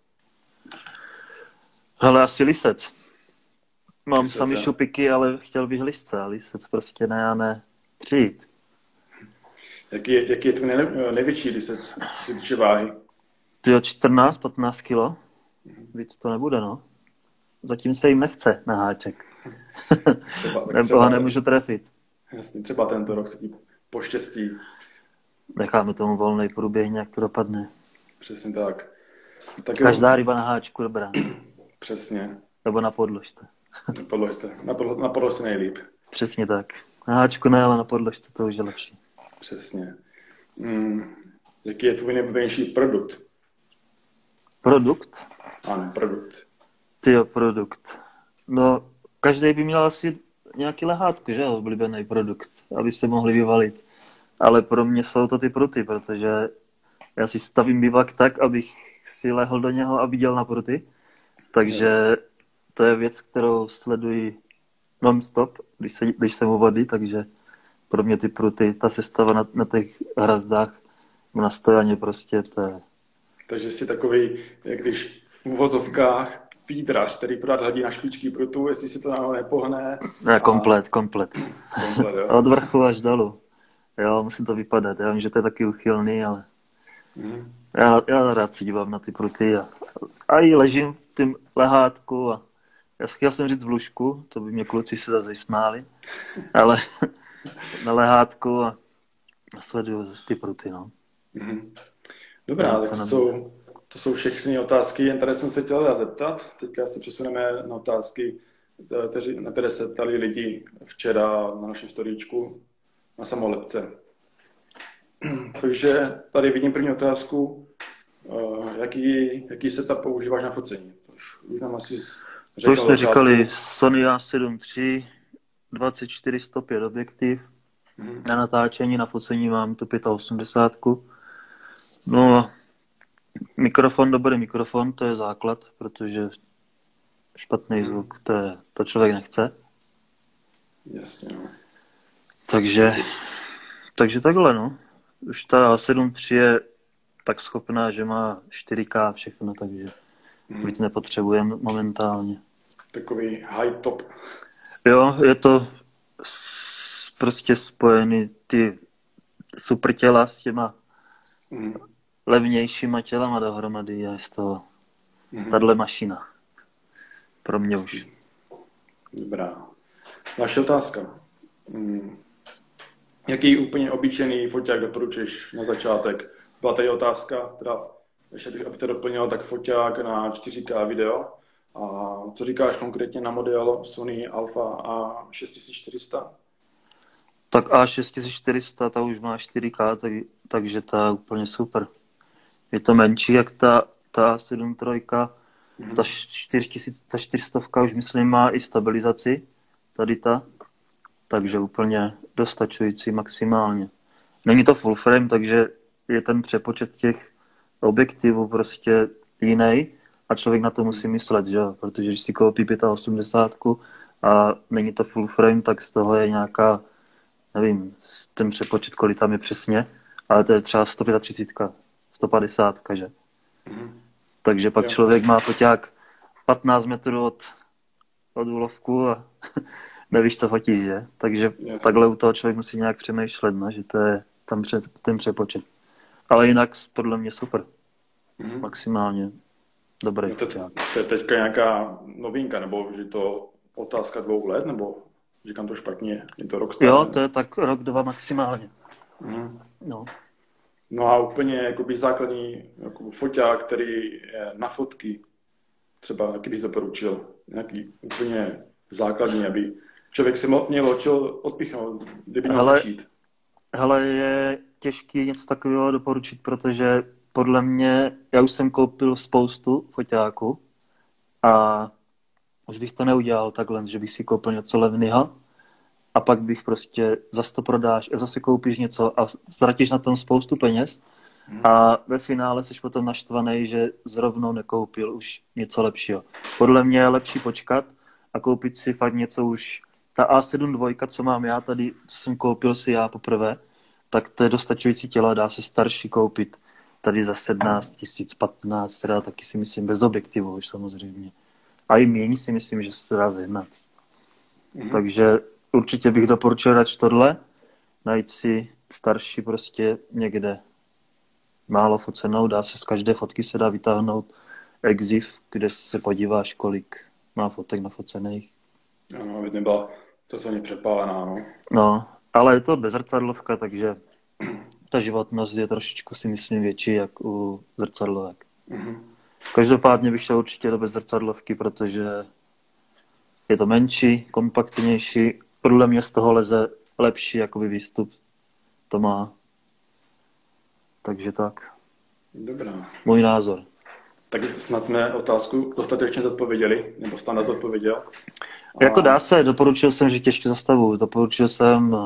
Hele, asi lisec. Mám Lisec, sami je. šupiky, ale chtěl bych lisce. A lisec prostě ne a ne přijít. Jaký je, jaký je tvůj nej, největší lisec, co se týče váhy? Tyjo, čtrnáct patnáct kilo. Víc to nebude, no. Zatím se jim nechce na háček. Třeba, Nebo třeba, ho nemůžu trefit. Jasně, třeba tento rok se ti poštěstí. Necháme tomu volný průběh, nějak to dopadne. Přesně tak. tak jo. Každá ryba na háčku dobrá. Přesně. Nebo na podložce. Na podložce. Na, podlo- na podložce nejlíp. Přesně tak. Na háčku ne, ale na podložce to už je lepší. Přesně. Hmm. Jaký je tvůj nejoblíbenější produkt? Produkt? Ano, produkt. Tyjo, produkt. No, každý by měl asi nějaký lehátko, že? Oblíbený produkt, aby se mohli vyvalit. Ale pro mě jsou to ty pruty, protože já si stavím bivak tak, abych si lehl do něho a viděl na pruty. Takže to je věc, kterou sleduji non-stop, když, se, když jsem u vody, takže pro mě ty pruty, ta sestava na, na těch hrazdách na stojaně prostě, to je... Takže jsi takový, jak když v uvozovkách fídrař, který pořád hledí na špičky prutu, jestli si to náhodou nepohne. Ne, komplet, komplet. komplet jo. Od vrchu až dolů. Jo, musím to vypadat. Já vím, že to je taky uchylný, ale Mm. já, já rád si dívám na ty pruty a, a i ležím v tom lehátku a já chtěl jsem říct v lůžku, to by mě kluci se zase smáli, ale na lehátku a sleduju ty pruty, no. Mm. Dobrá, Já, tak to jsou, to jsou všechny otázky, jen tady jsem se chtěl zeptat. Teďka se přesuneme na otázky, na které se ptali lidi včera na našem storíčku na samolepce. Takže tady vidím první otázku. Jaký, jaký setup používáš na focení? To už, už nám asi to už jsme říkali Sony A sedm tři, dvacet čtyři sto pět objektiv. Hmm. Na natáčení, na focení mám tu osmdesát pět. No, mikrofon, dobrý mikrofon, to je základ, protože špatný hmm. zvuk, to, je, to člověk nechce. Jasně, no. Takže, takže takhle, no. Už ta A sedm tři je tak schopná, že má čtyři ká všechno, takže hmm. víc nepotřebujeme momentálně. Takový high top. Jo, je to prostě spojený ty super těla s těma hmm. levnějšíma tělama dohromady a je z toho hmm. tato mašina. Pro mě už. Dobrá. Další otázka. Hmm. Jaký úplně obyčejný foťák doporučuješ na začátek? Byla tady otázka, teda, ještě aby to doplnil, tak foťák na čtyři ká video. A co říkáš konkrétně na model Sony Alpha A šest čtyři sta? Tak A šest čtyři sta, ta už má čtyři ká, tak, takže ta je úplně super. Je to menší, jak ta, ta A sedm tři, mm-hmm. ta, čtyři tisíce, ta čtyři sta už myslím má i stabilizaci, tady ta, takže úplně dostačující maximálně. Není to full frame, takže je ten přepočet těch objektivů prostě jiný a člověk na to musí myslet, že? Protože když si koupí osmdesát pět a není to full frame, tak z toho je nějaká, nevím, ten přepočet, kolik tam je přesně, ale to je třeba sto třicet pět, sto padesát, že? Mm-hmm. Takže pak jo. Člověk má foťák patnáct metrů od, od úlovku a nevíš, co fotíš, že? Takže yes. Takhle u toho člověk musí nějak přemýšlet, no, že to je tam před, ten přepočet. Ale jinak podle mě super. Mm-hmm. Maximálně dobrý. No to, to je teďka nějaká novinka, nebo že to otázka dvou let, nebo říkám to špatně, je to rok starý? Jo, to je tak rok, dva maximálně. Mm. No. No a úplně jakoby základní jako foťák, který je na fotky, třeba jaký bys doporučil, nějaký úplně základní, aby člověk si měl o čo odpíchnout, kdyby měl hele, začít. Hele, je těžký něco takového doporučit, protože podle mě, já už jsem koupil spoustu foťáků a už bych to neudělal takhle, že bych si koupil něco levného a pak bych prostě zase to prodáš a zase koupíš něco a ztratíš na tom spoustu peněz a ve finále jsi potom naštvaný, že zrovna nekoupil už něco lepšího. Podle mě je lepší počkat a koupit si fakt něco už. Ta A sedm dva, co mám já tady, co jsem koupil si já poprvé, tak to je dostačující tělo, dá se starší koupit. Tady za sedmnáct tisíc, patnáct, teda taky si myslím bez objektivu už samozřejmě. A i méně si myslím, že se to dá zjednat. Mm-hmm. Takže určitě bych doporučil radši tohle, najít si starší prostě někde málo focenou, dá se z každé fotky se dá vytáhnout exif, kde se podíváš, kolik má fotek nafocených. Ano, aby nebyla totálně přepálená, no. No, ale je to bezrcadlovka, takže ta životnost je trošičku, si myslím, větší jak u zrcadlovek. Mm-hmm. Každopádně bych šel určitě do bezrcadlovky, protože je to menší, kompaktnější. Podle mě z toho leze lepší jakoby výstup to má. Takže tak. Dobrá. Můj názor. Tak snad jsme otázku dostatečně zodpověděli, nebo standard odpověděl. A... Jako dá se, doporučil jsem, že těžké zastavu. Doporučil jsem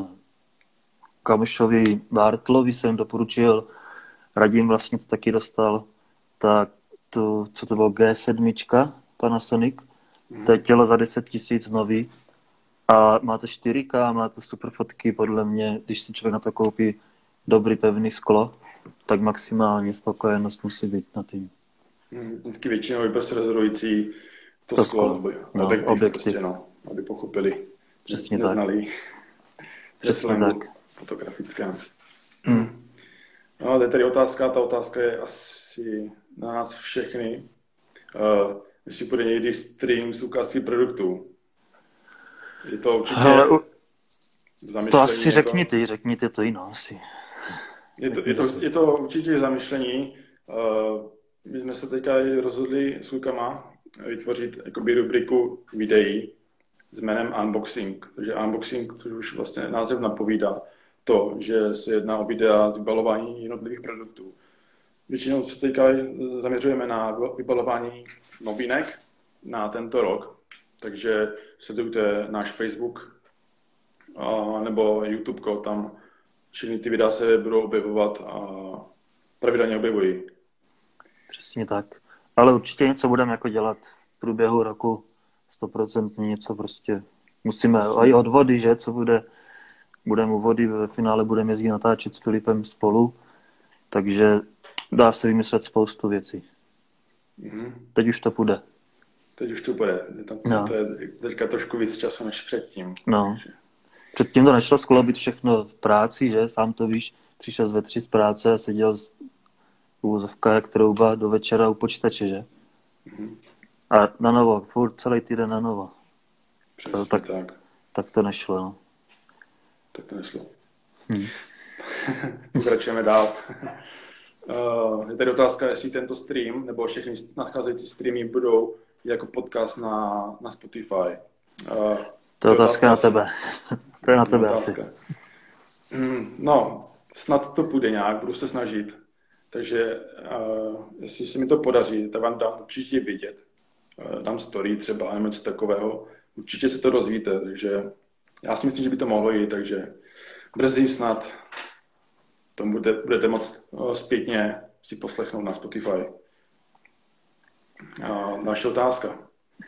kamošovi Bartlovi, jsem doporučil, Radim vlastně to taky dostal, tak to, co to bylo, G sedm Panasonic, hmm. to je tělo za deset tisíc nový a má to čtyři ká, má to super fotky, podle mě, když si člověk na to koupí dobrý pevný sklo, tak maximálně spokojenost musí být na tím. Vždycky většinou je prostě rozhodující to, to sklo, sklo. No, objektiv, objektiv. Prostě, no, aby pochopili, přesně neznali. Přesně tak. Fotografická. Hmm. No, to je tady otázka, ta otázka je asi na nás všechny. Uh, jestli bude někdy stream z ukázky produktů. Je to určitě... Hele, u... To asi jako... řekni ty, řekni ty to jiná asi. Je to, je, to, je to určitě zamyšlení. Uh, my jsme se teďka rozhodli s klukama vytvořit jakoby rubriku videí s jménem Unboxing. Takže Unboxing, což už vlastně název napovídá, to, že se jedná o videa z vybalování jednotlivých produktů. Většinou se teďka zaměřujeme na vybalování novinek na tento rok, takže sledujte náš Facebook a, nebo YouTube, tam všechny ty videa se budou objevovat a pravidelně objevují. Přesně tak. Ale určitě něco budeme jako dělat v průběhu roku, sto procent něco prostě musíme, a i od vody, že, co bude, budeme u vody, ve finále budeme jezdit natáčet s Filipem spolu, takže dá se vymyslet spoustu věcí. Mm-hmm. Teď už to půjde. Teď už to půjde. Tam, no. To je teďka trošku víc času než předtím. No. Předtím to nešlo skloubit všechno v práci, že? Sám to víš, přišel z ve tři z práce a seděl z úvozovka jak trouba do večera u počítače, že? Mm-hmm. A na novo, furt celý týden na novo. Přesně tak, tak. Tak to nešlo, no. Tak to nešlo. Hmm. Pokračujeme dál. Uh, je tady otázka, jestli tento stream nebo všechny nadcházející streamy budou jako podcast na, na Spotify. Uh, to je otázka na tebe. To je na tebe otázka. asi. Mm, no, snad to půjde nějak, budu se snažit. Takže uh, jestli se mi to podaří, tak vám dám určitě vidět. Uh, dám story třeba, nebo něco takového. Určitě se to rozvíte, takže já si myslím, že by to mohlo jít, takže brzy snad to bude, budete moct uh, zpětně si poslechnout na Spotify. Uh, další otázka.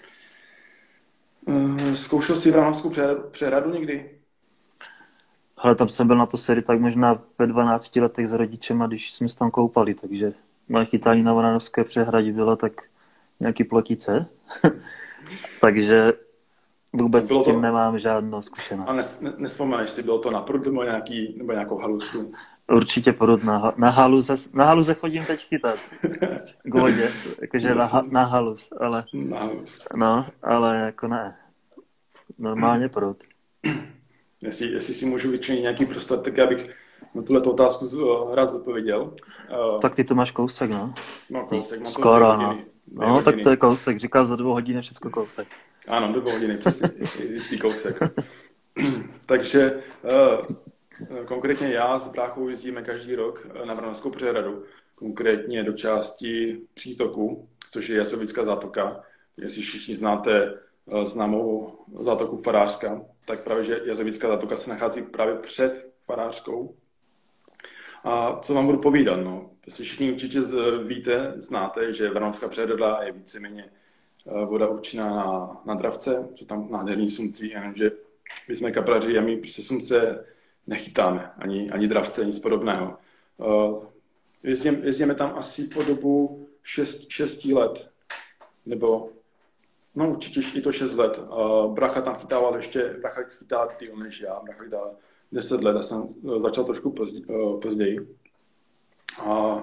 Uh, zkoušel jsi Vranovskou přehradu někdy? Ale tam jsem byl naposledy tak možná ve dvanácti letech s rodičema, když jsme se tam koupali, takže moje chytání na Vranovské přehradě bylo tak nějaký plotice. Takže vůbec s tím to... nemám žádnou zkušenost. A nes, nespomeneš si, bylo to na prut nebo, nějaký, nebo nějakou halusku? Určitě prut. Na, na, haluze, na haluze chodím teď chytat. K vodě, jakože na, na haluz, ale... Na haluz. No, ale jako ne. Normálně prut. Jestli, jestli si můžu vyčlenit nějaký prostor, tak já bych na tuhle otázku rád zodpověděl. Tak ty to máš kousek, no? No, kousek. Mám Skoro, to no. No, tak to je kousek. Říkal za dvou hodin je všechno kousek. Ano, do dvou hodiny, přesně, jistý kousek. Takže uh, konkrétně já s bráchou jezdíme každý rok na Vranovskou přehradu, konkrétně do části přítoku, což je Jazovická zátoka. Jestli všichni znáte uh, známou zátoku Farářská, tak právě, že Jazovická zátoka se nachází právě před Farářskou. A co vám budu povídat? No? Prostě všichni určitě víte, znáte, že Vranovská přehrada je víceméně voda určená na, na dravce, jsou tam nádherný sumci, jenomže my jsme kapraři a my prostě sumce nechytáme, ani, ani dravce, nic podobného. Uh, jezdím, jezdíme tam asi po dobu šest let, nebo no určitě i to šest let. Uh, bracha tam chytával ještě, bracha chytá díl než já, bracha chytá deset let, já jsem začal trošku později. Uh, později. Uh,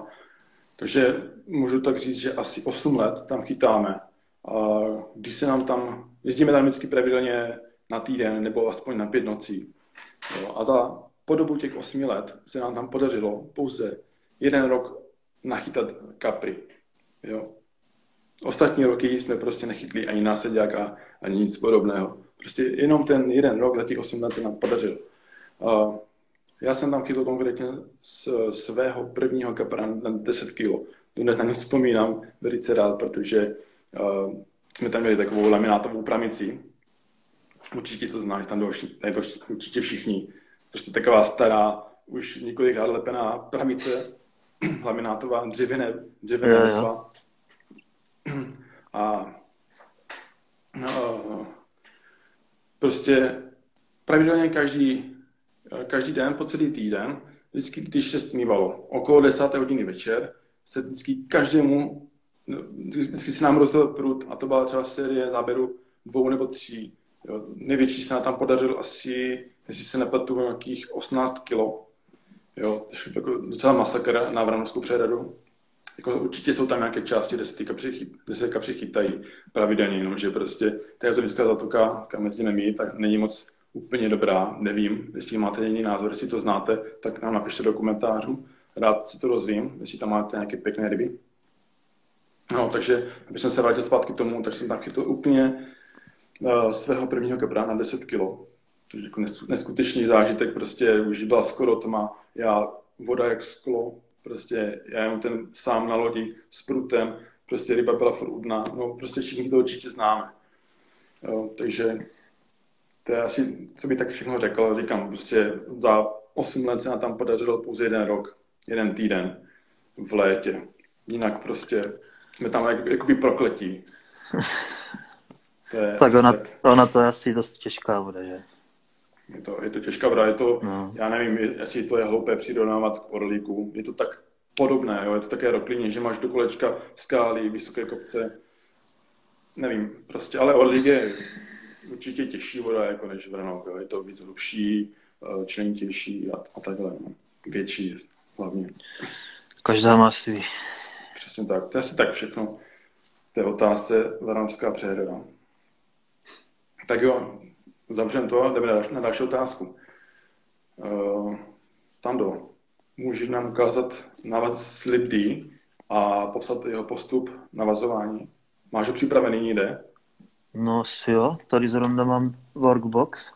takže můžu tak říct, že asi osm let tam chytáme. A když se nám tam jezdíme tam vždycky pravidelně na týden nebo aspoň na pět nocí. Jo. A za po dobu těch osmi let se nám tam podařilo pouze jeden rok nachytat kapry. Jo. Ostatní roky jsme prostě nechytli ani náseďáka, ani nic podobného. Prostě jenom ten jeden rok za těch osm let se nám podařil. Uh, já jsem tam chytl konkrétně z svého prvního kapra na deset kilo. Dnes na něj vzpomínám velice rád, protože uh, jsme tam měli takovou laminátovou pramici. Určitě to znáš, tam tady to určitě všichni. Prostě taková stará, už několik let lepená pramice, laminátová, dřevěné, dřevěné vesla. A no, prostě pravidelně každý, každý den, po celý týden, vždycky, když se stmívalo, okolo desáté hodiny večer, se vždycky každému, vždycky se nám rozdělil prut a to byla třeba série záběru dvou nebo tří. Jo. Největší se nám tam podařil asi, jestli se nepletu, nějakých osmnáct kilo. Jo, to je jako docela masakr na Vranovskou přehradu. Jako určitě jsou tam nějaké části, kde se ty kapři, kde se kapři chytají pravidelně, no, že prostě ta Jazonická zatoka, kam jezdíme my, tak není moc úplně dobrá, nevím, jestli máte jiný názor, jestli to znáte, tak nám napište do komentářů, rád si to rozvím, jestli tam máte nějaké pěkné ryby. No, takže, když jsem se vrátil zpátky k tomu, tak jsem tam chytl úplně uh, svého prvního kapra na deset kilo. Takže jako neskutečný zážitek, prostě už byla skoro tma, já voda jak sklo, prostě já jenom ten sám na lodi s prutem, prostě ryba byla furt u dna, no prostě všichni to určitě známe. Jo, takže to je asi, co bych tak všechno řekl, říkám, prostě za osm let se nám tam podařilo pouze jeden rok, jeden týden v létě. Jinak prostě jsme tam jak, jakoby prokletí. To je tak ona, tak ona to je asi dost těžká voda, že? Je to, je to těžká voda, je to, no. Já nevím, jestli to je hloupé přirovnávat k orlíku, je to tak podobné, jo? Je to také roklině, že máš do kolečka skály, vysoké kopce, nevím, prostě, ale orlík je určitě těžší voda, jako než Vranov, jo? Je to víc hlubší, členitější a, a takhle, no. Větší hlavně. Každá má svý. Přesně tak, to je asi tak všechno. To je otázce Vranovská přehrada. Tak jo, zavřem to, jdeme na další otázku. Uh, Stando, můžeš nám ukázat návaz Slip D a popsat jeho postup navazování? Máš ho připravený někde? No jo, tady zrovna mám workbox.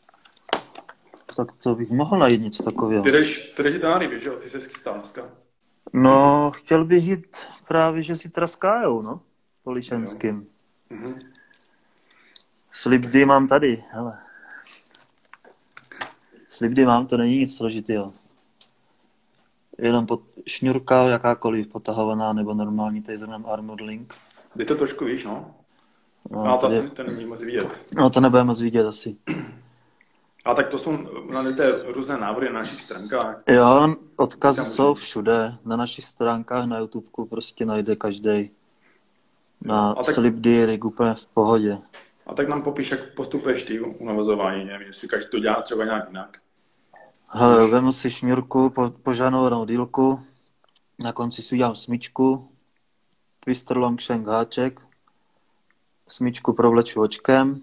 Tak to bych mohl najít něco takového. Ty jdeš, ty jdeš na ryby, že jo? Ty se skystál dneska. No, chtěl bych jít právě, že si traskájou, no, po Lišenským. Mhm. Slip D mám tady, hele. Slip D mám, to není nic složitého. Jenom pod šňůrka, jakákoliv potahovaná, nebo normální, tady zrovna Armored Link. Ty to trošku víš, no? No, no to, asi, to není moc vidět. No, to nebude moc vidět asi. A tak to jsou najdete různé návody na našich stránkách. Jo, odkazy jsou všude. Na našich stránkách, na YouTubeku prostě najde každý. Na tak... Slip D rig úplně v pohodě. A tak nám popiš, jak postupuješ ty u navazování, nevím, jestli každý to dělá třeba nějak jinak. Hele, vemu si šňůrku, po, požanovanou dílku, na konci si udělám smyčku, twister long shank háček, smyčku provleču očkem,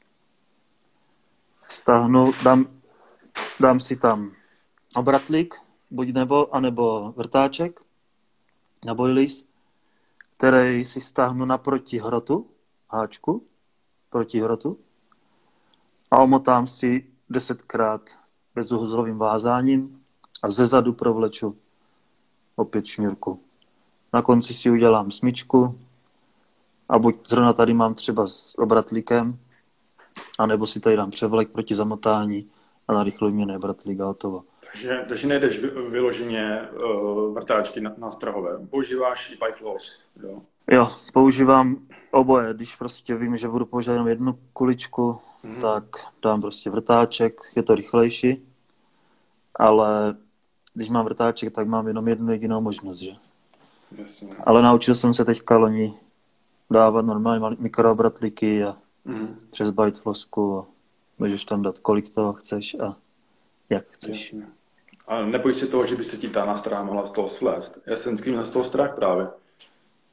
stáhnu, dám, dám si tam obratlík, buď nebo, anebo vrtáček na boilies, který si stáhnu naproti hrotu, háčku, proti hrotu a omotám si desetkrát bezúhozlovým vázáním a zezadu provleču opět šňůrku. Na konci si udělám smyčku a buď zrovna tady mám třeba s obratlíkem, anebo si tady dám převlek proti zamotání a narychluji mě obratlík a hotovo. Takže, takže nejdeš vyloženě uh, vrtáčky na, na strahové. Používáš i pipe floss, jo? Jo, používám oboje. Když prostě vím, že budu používat jenom jednu kuličku, mm. tak dám prostě vrtáček, je to rychlejší, ale když mám vrtáček, tak mám jenom jednu jedinou možnost, že? Jasně. Ale naučil jsem se teďka loni dávat normální mikroobratlíky a mm. přes bite flosku a můžeš tam dát, kolik toho chceš a jak chceš. Jasně. A nebojíš se toho, že by se ti ta nástraha mohla z toho slést? Já jsem s tím měl z toho strach právě.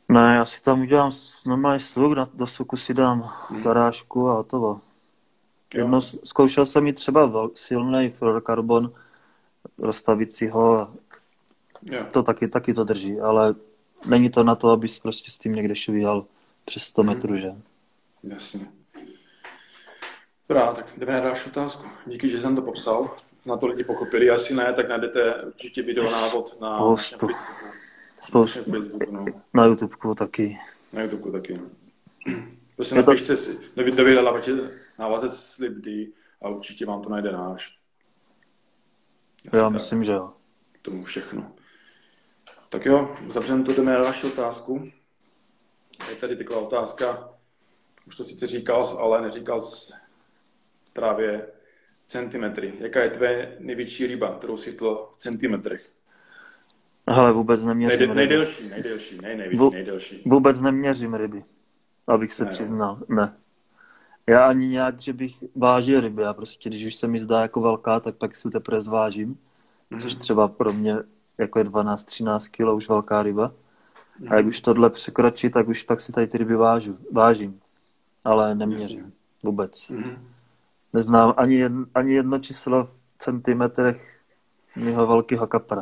Ne, já si tam udělám normální svuk, do svuku si dám hmm. zarážku a hotovo. Jedno, zkoušel jsem mít třeba silný fluorokarbon, rozstavit si ho, yeah. to taky, taky to drží, ale není to na to, abys prostě s tím někde šuvíhal přes sto metrů, hmm. že? Jasně. Dobrá, tak jdeme na další otázku. Díky, že jsem to popsal. Na to lidi pochopili, asi ne, tak najdete určitě video návod na Spoustu. Facebooku. Spoustu. Na Facebooku, no. Na YouTubeku taky. Na YouTubeku taky, no. Prostě napište si do videa návazec slibdy a určitě vám to najde náš. Já, Já myslím, že jo. Tomu všechno. Tak jo, zavřeme to, jdeme na další otázku. Je tady taková otázka, už to sice říkal, ale neříkal jsi právě centimetry. Jaká je tvé největší ryba, kterou si tl v centimetrech? Hele, vůbec neměřím Nejde, ryby. Nejdelší, nejdelší, nej, největší, Vů, nejdelší. Vůbec neměřím ryby, abych se ne, přiznal. Ne. Já ani nějak, že bych vážil ryby. Já prostě, když už se mi zdá jako velká, tak pak si teprve zvážím. Mm. Což třeba pro mě jako je dvanáct třináct kilo už velká ryba. Mm. A jak už tohle překročí, tak už pak si tady ty ryby vážu, vážím. Ale neměřím. Jasně. Vůbec. Mm. Neznám ani jedno, ani jedno číslo v centimetrech mého velkého kapra.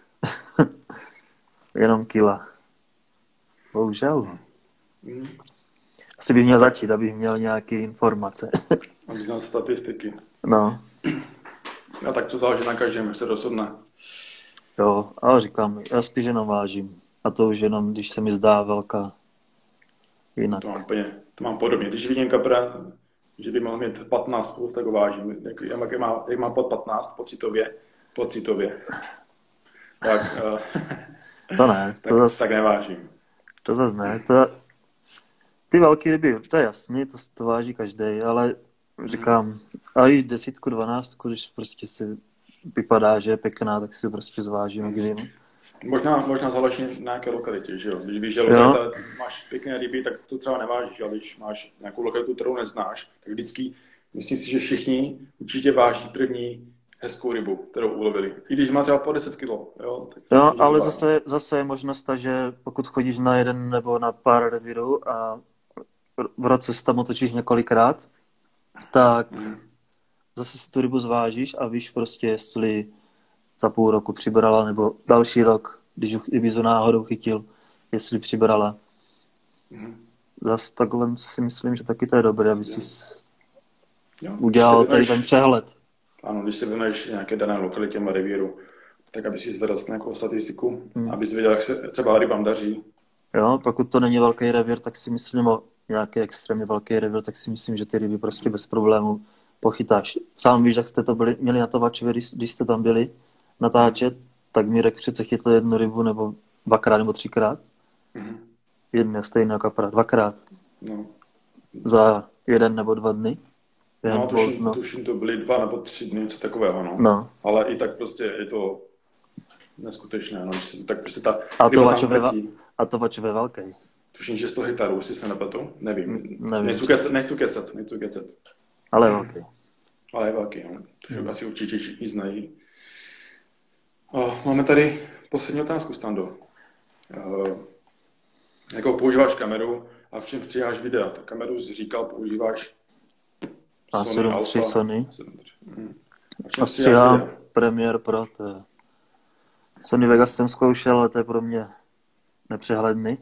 Jenom kila. Bohužel. Mm. Asi bych měl začít, abych měl nějaké informace. Abych měl statistiky. No. A tak to záleží na každém, jak se rozhodne. Jo, ale říkám, já spíš jenom vážím. A to už jenom, když se mi zdá velká. Jinak. To mám, úplně, to mám podobně. Když vidím kapra, že by mohl mít patnáct plus, tak ho vážím. Jak, jak, má, jak má pod patnáct pocitově, pocitově. Tak, to ne. tak, to zas, tak nevážím. To zase ne. To, ty velké ryby, to je jasný, to, to váží každý, ale říkám, a i desítku, dvanáctku, když prostě si vypadá, že je pěkná, tak si to prostě zvážím, kdy vím. Možná, možná záleží na nějaké lokalitě, že jo? Když víš, že lokalita, máš pěkné ryby, tak to třeba nevážíš, ale když máš nějakou lokalitu, kterou neznáš, tak vždycky myslím si, že všichni určitě váží první hezkou rybu, kterou ulovili. I když má třeba po deset kilo, jo? Tak jo, si, ale zase, zase je možnost ta, že pokud chodíš na jeden nebo na pár revírů a v roce se tam otočíš několikrát, tak hmm. zase si tu rybu zvážíš a víš prostě, jestli za půl roku přibrala, nebo další rok, když už náhodou chytil, jestli přibrala. Hmm. Zase takhle si myslím, že taky to je dobré, aby si udělal tady ten přehled. Ano, když si vyneš nějaké dané lokalitě a revíru, tak aby si zvedl nějakou statistiku, hmm. aby si věděl, jak se třeba rybám daří. Jo, pokud to není velký revír, tak si myslím, o nějaký extrémně velký revír, tak si myslím, že ty ryby prostě bez problémů pochytáš. Sám víš, jak jste to byli, měli na Tovačově, když, když jste tam byli natáčet, tak Mirek přece chytl jednu rybu nebo dvakrát nebo třikrát. Hmm. Jedné stejného kapra, dvakrát. No. Za jeden nebo dva dny. No, tuším, no. tuším, to byly dva nebo tři dny, něco takového, no. no. Ale i tak prostě je to neskutečné, no. Se, tak prostě ta a to vačové, a to vačové velký. Tuším, že sto hektarů, jestli se nepletu, nevím. nevím. Nechci kecat, nechci kecat, nechci kecat. Ale je velký. Ale je velký, no. To hmm. asi určitě všichni znají. O, máme tady poslední otázku, Stando. Uh, jakou používáš kameru a v čem stříháš videa? Tak kameru jsi říkal, používáš A sedm tři Sony. Hmm. A, a stříhám Premiere Pro. To je... Sony Vegas jsem zkoušel, ale to je pro mě nepřehledný.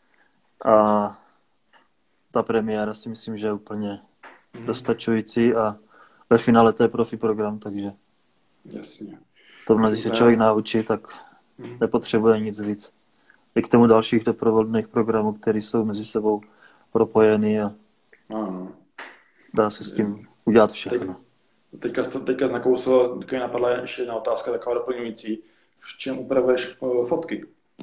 A ta Premiéra si myslím, že je úplně hmm. dostačující a ve finále to je profi program, takže jasně. To když se člověk naučí, tak hmm. nepotřebuje nic víc. I k tomu dalších doprovodných programů, které jsou mezi sebou propojeny a ano. dá se s tím udělat všechno. Teď, teďka, teďka znakousl, teďka mi napadla ještě jedna otázka, taková doplňující. V čem upravuješ fotky?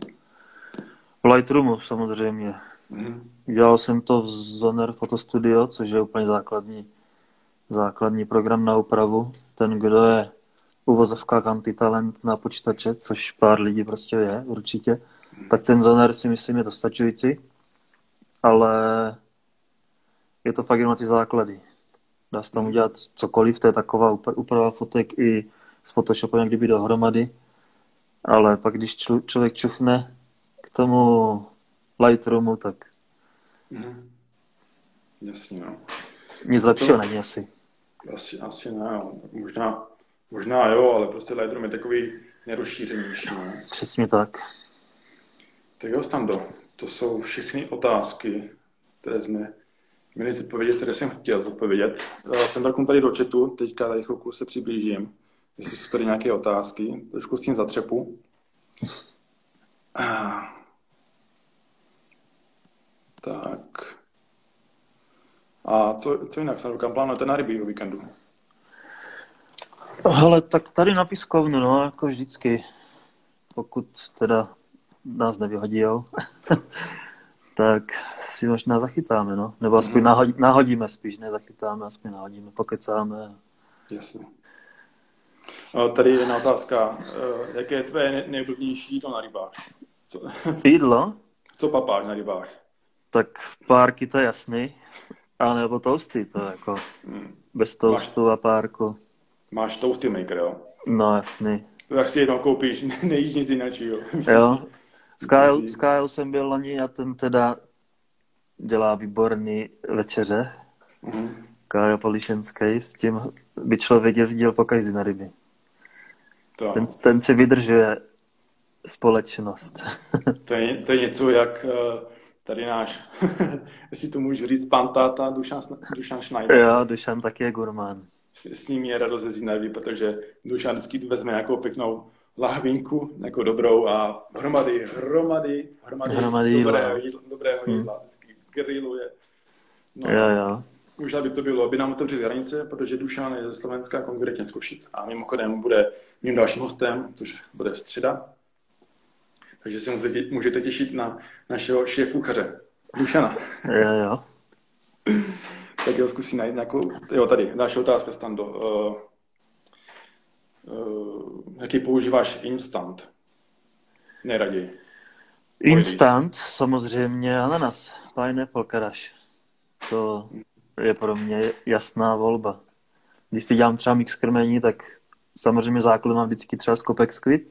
V Lightroomu samozřejmě. Mm. Dělal jsem to v Zoner Photo Studio, což je úplně základní, základní program na úpravu. Ten, kdo je uvozovkách antitalent na počítače, což pár lidí prostě je určitě, mm. tak ten Zoner si myslím je dostačující, ale je to fakt jenom ty základy. Dá se tam udělat cokoliv, to je taková úprava fotek i s Photoshopem kdyby dohromady, ale pak když člu, člověk čuchne k tomu Lightroomu, tak Mhm. Jasně, no. nic lepšího není asi. Asi, asi ne, no. Možná, možná jo, ale prostě Lightroom je takový nerozšířenější, no. Přesně tak. Tak jo, Stando, to jsou všechny otázky, které jsme měli zodpovědět, které jsem chtěl zodpovědět. Já jsem tak tady do chatu, teďka tady chvilku se přiblížím, jestli jsou tady nějaké otázky, trošku s tím zatřepu. Tak. A co, co jinak, Stando, kam plánujete na ryby o víkendu? Hele, tak tady na pískovnu, no, jako vždycky. Pokud teda nás nevyhodijou, tak si možná zachytáme, no. Nebo aspoň mm-hmm. nahodí, nahodíme spíš, ne zachytáme, aspoň nahodíme, pokecáme. Jasně. Tady je jedna otázka. Jaké je tvé nejoblíbenější jídlo na rybách? Co? Jídlo? Co papáš na rybách? Tak párky, to je jasný. A nebo toasty, to jako hmm. bez toastu máš, a párku. Máš toasty maker, jo? No, jasný. To jak si jednou koupíš, nejíš nic jiného, jo? Jo. S Kyle, s Kyle jsem byl loni a ten teda dělá výborný večeře. Mm-hmm. Kyle Polišenský, s tím by člověk jezdil po každý na ryby. To. Ten, ten si vydržuje společnost. To je, to je něco jak tady náš, jestli to můžu říct, pan táta Dušan, Dušan Schneider. Jo, Dušan taky je gurmán. S, s ním je radost jezdit na ryby, protože Dušan vždycky vezme nějakou pěknou lahvinku, jako dobrou a hromady, hromady, hromady, hromady dobrého jídla, dobrého hmm. jídla, vždycky grilluje. No, jo, jo. Už by to bylo, by nám otevřeli hranice, protože Dušan je ze Slovenska, konkrétně z Košic. A mimochodem bude mým dalším hostem, což bude středa. Takže se můžete těšit na našeho šéfkuchaře, Dušana. Jo, jo. Tak jo, zkusím najít nějakou... Jo, tady, další otázka, Stando. Uh, uh, jaký používáš instant? Nejraději. Instant, samozřejmě ananas. Pineapple karaš. To je pro mě jasná volba. Když si dělám třeba mix krmení, tak samozřejmě základ mám vždycky třeba skopek skvit.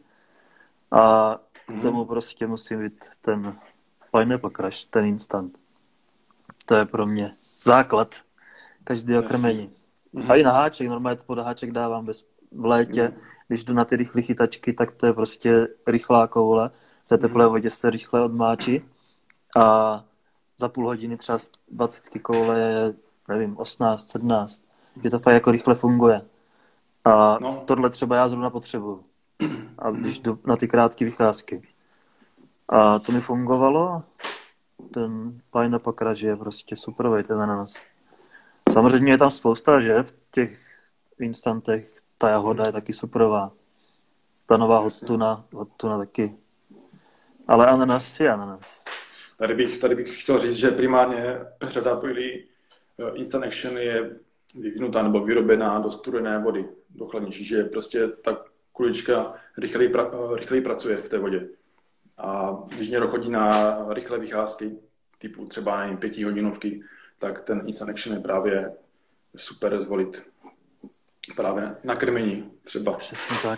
A k tomu prostě musím být ten pineapple crush, ten instant. To je pro mě základ každého krmení. Mm. A i na háček, normálně to pod háček dávám bez, v létě, mm. když jdu na ty rychlé chytačky, tak to je prostě rychlá koule. V té teplé vodě se rychle odmáčí a za půl hodiny třeba dvacet koule je, nevím, osmnáct, sedmnáct. Že to fakt jako rychle funguje. A no. Tohle třeba já zrovna potřebuju. A když jdu na ty krátké vycházky. A to mi fungovalo. Ten pineapple crush je prostě superový, ten ananas. Samozřejmě je tam spousta, že v těch instantech ta jahoda je taky superová. Ta nová hot tuna, hot tuna taky. Ale ananas je ananas. Tady bych, tady bych chtěl říct, že primárně řada pylí Instant Action je vyvinutá nebo vyrobená do studené vody, do chladnější, že prostě ta kulička rychleji, pra, rychleji pracuje v té vodě. A když někdo chodí na rychlé vycházky, typu třeba nevím, pětihodinovky, tak ten Instant Action je právě super zvolit právě na krmení třeba. Přesně tak.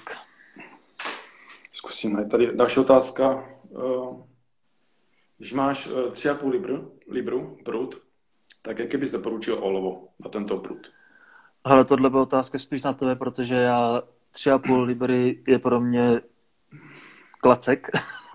Zkusíme. Tady další otázka. Když máš tři a půl libru, libru prut, tak jaký bys doporučil olovo na tento prut? Ale tohle byla otázka spíš na tebe, protože já tři a půl libry je pro mě klacek.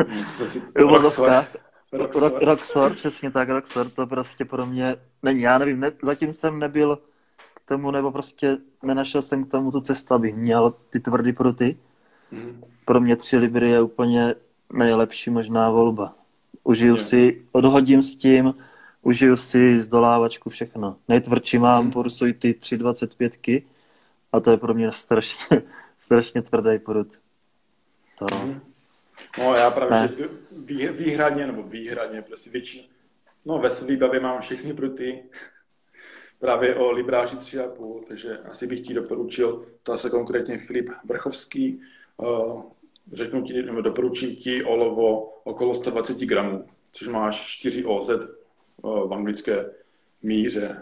Roxor. Roxor. Roxor, přesně tak, Roxor, to prostě pro mě není. Já nevím, ne, zatím jsem nebyl k tomu, nebo prostě nenašel jsem k tomu tu cestu, abych měl ty tvrdý pruty. Mm. Pro mě tři libry je úplně nejlepší možná volba. Užiju je. si, odhodím s tím, užiju si zdolávačku, všechno. Nejtvrdší mám mm. porsuj ty tři dvacet pět a to je pro mě strašně, strašně tvrdý prut. To... Mm. No já právě, ne. že výhradně, nebo výhradně, prostě většinou, no ve své výbavě mám všechny pruty, právě o libráži tři a půl, takže asi bych ti doporučil, to se konkrétně Filip Vrchovský, uh, řeknu ti, nebo doporučím ti olovo okolo sto dvacet gramů, což máš čtyři O Z uh, v anglické míře,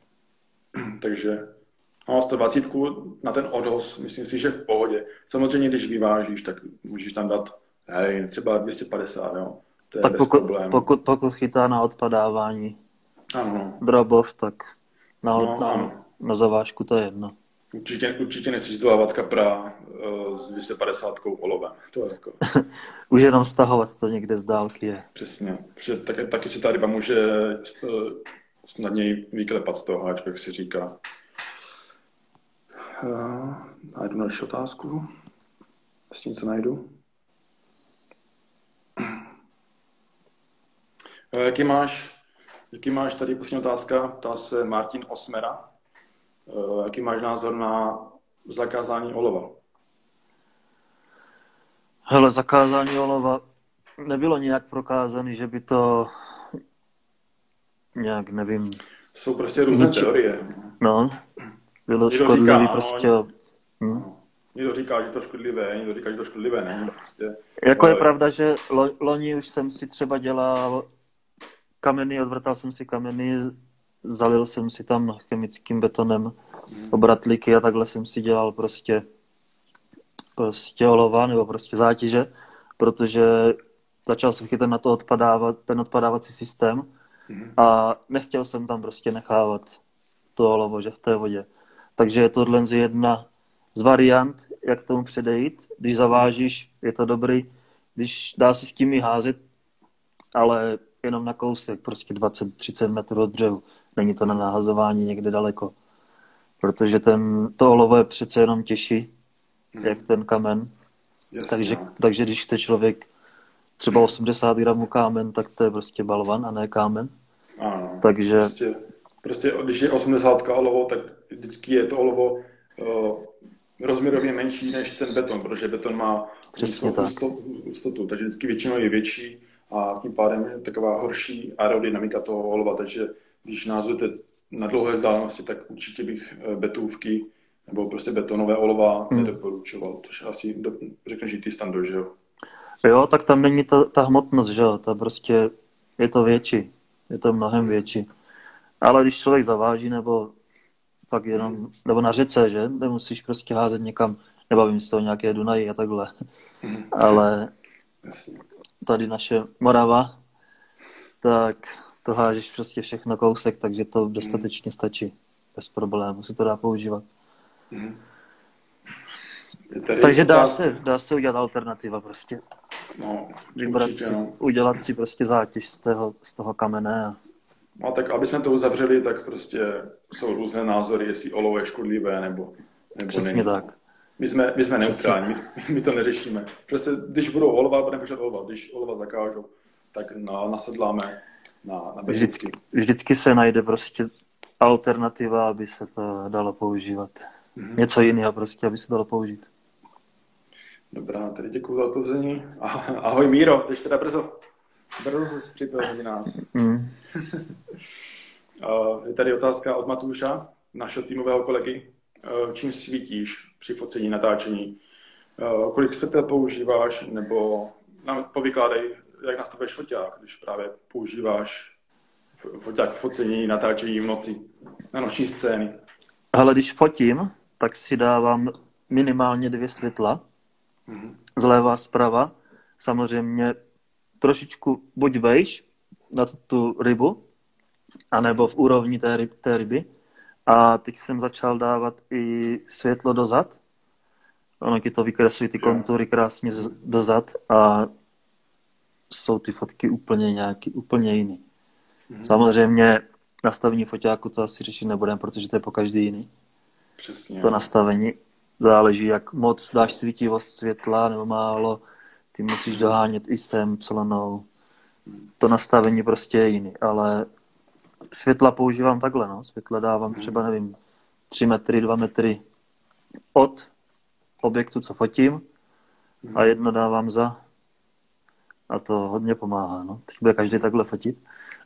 takže no, sto dvacet na ten odhoz, myslím si, že v pohodě. Samozřejmě, když vyvážíš, tak můžeš tam dát hej, třeba dvě stě padesát, jo. To je Tak bez pokud, problémů. pokud, pokud chytá na odpadávání Ano, drobov, tak na, no, na, ano. na zavážku to je jedno. Určitě, určitě nechci zdolávat kapra uh, s dvě stě padesát olovem. To je jako... Už jenom stahovat to někde z dálky je. Přesně. Protože taky, taky si ta ryba může snadněji vyklepat z toho háčku, jak si říká. Uh, najdu další otázku. S tím, co najdu. Uh, jaký máš, jaký máš tady poslední otázka? Ptá se Martin Osmera. Uh, jaký máš názor na zakázání olova? Hele, zakázání olova nebylo nějak prokázané, že by to nějak, nevím... Jsou prostě různé Niči... teorie. No, bylo Někdo škodlivý říká, prostě... Ano, hm. někdo říká, že to škodlivé, někdo říká, že to škodlivé není. Prostě, Jako ale... je pravda, že lo, loni už jsem si třeba dělal kameny, odvrtal jsem si kameny, zalil jsem si tam chemickým betonem hmm. obratlíky a takhle jsem si dělal prostě, prostě olova nebo prostě zátěže, protože začal jsem chytat na to odpadávat, ten odpadávací systém hmm. a nechtěl jsem tam prostě nechávat to olovo, že v té vodě. Takže je tohle jedna z variant, jak tomu předejít. Když zavážíš, je to dobrý. Když dá si s tím i házet, ale jenom na kousek, prostě dvacet třicet metrů od břehu. Není to na nahazování někde daleko. Protože ten, to olovo je přece jenom těžší, hmm. jak ten kamen. Jasně. Takže, takže když chce člověk třeba osmdesát gramů kámen, tak to je prostě balvan a ne kámen. Ano, takže... Prostě, prostě když je osmdesát olovo, tak vždycky je to olovo uh, rozměrově menší než ten beton, protože beton má hustotu, takže vždycky většinou je větší a tím pádem je taková horší aerodynamika toho olova, takže když názvete na dlouhé vzdálenosti, tak určitě bych betůvky nebo prostě betonové olova hmm. nedoporučoval, což asi do, řekneš i ty Stando, že jo? Jo, tak tam není ta, ta hmotnost, že jo, ta prostě je to větší, je to mnohem větší. Ale když člověk zaváží nebo pak jenom, hmm. nebo na řece, že, nemusíš prostě házet někam, nebavím z toho nějaké Dunaji a takhle, hmm. ale tady naše Morava, tak to hážeš prostě všechno kousek, takže to dostatečně stačí, bez problémů si to dá používat. Hmm. Takže dá se, dá se udělat alternativa prostě. No, Vybrat určitě, si, no. udělat si prostě zátěž z toho, z toho kamene. A... No tak aby jsme to uzavřeli, tak prostě jsou různé názory, jestli olovo je škodlivé nebo, nebo Přesně není. tak. My jsme, my jsme neutrální, my, my to neřešíme. Prostě když budou olova, budeme počítat olova. Když olova zakážou, tak na, nasedláme na, na vždycky, vždycky se najde prostě alternativa, aby se to dalo používat. Mm-hmm. Něco jiného prostě, aby se dalo použít. Dobrá, tady děkuji za odpovězení. Ahoj Míro, teď teda brzo. Brzo se připojil mezi nás. Mm. Je tady otázka od Matouša, našeho týmového kolegy. Čím svítíš při focení, natáčení? Kolik světel používáš? Nebo nám povykládej, jak nastavuješ foťák, když právě používáš foťák k focení, natáčení v noci, na noční scény. Ale když fotím, tak si dávám minimálně dvě světla. Mm-hmm. Zleva a zprava. Samozřejmě trošičku buď vejš na tu rybu, anebo v úrovni té, ryb, té ryby. A teď jsem začal dávat i světlo dozad. Ono ti to vykreslí ty kontury krásně dozad a jsou ty fotky úplně nějaký, úplně jiný. Mm-hmm. Samozřejmě nastavení foťáku to asi řešit nebudeme, protože to je po každý jiný. Přesně. To nastavení záleží, jak moc dáš svítivost světla nebo málo. Ty musíš dohánět i sem clonou. To nastavení prostě je jiný, ale světla používám takhle, no. Světla dávám třeba, nevím, tři metry, dva metry od objektu, co fotím a jedno dávám za a to hodně pomáhá, no. Teď bude každý takhle fotit.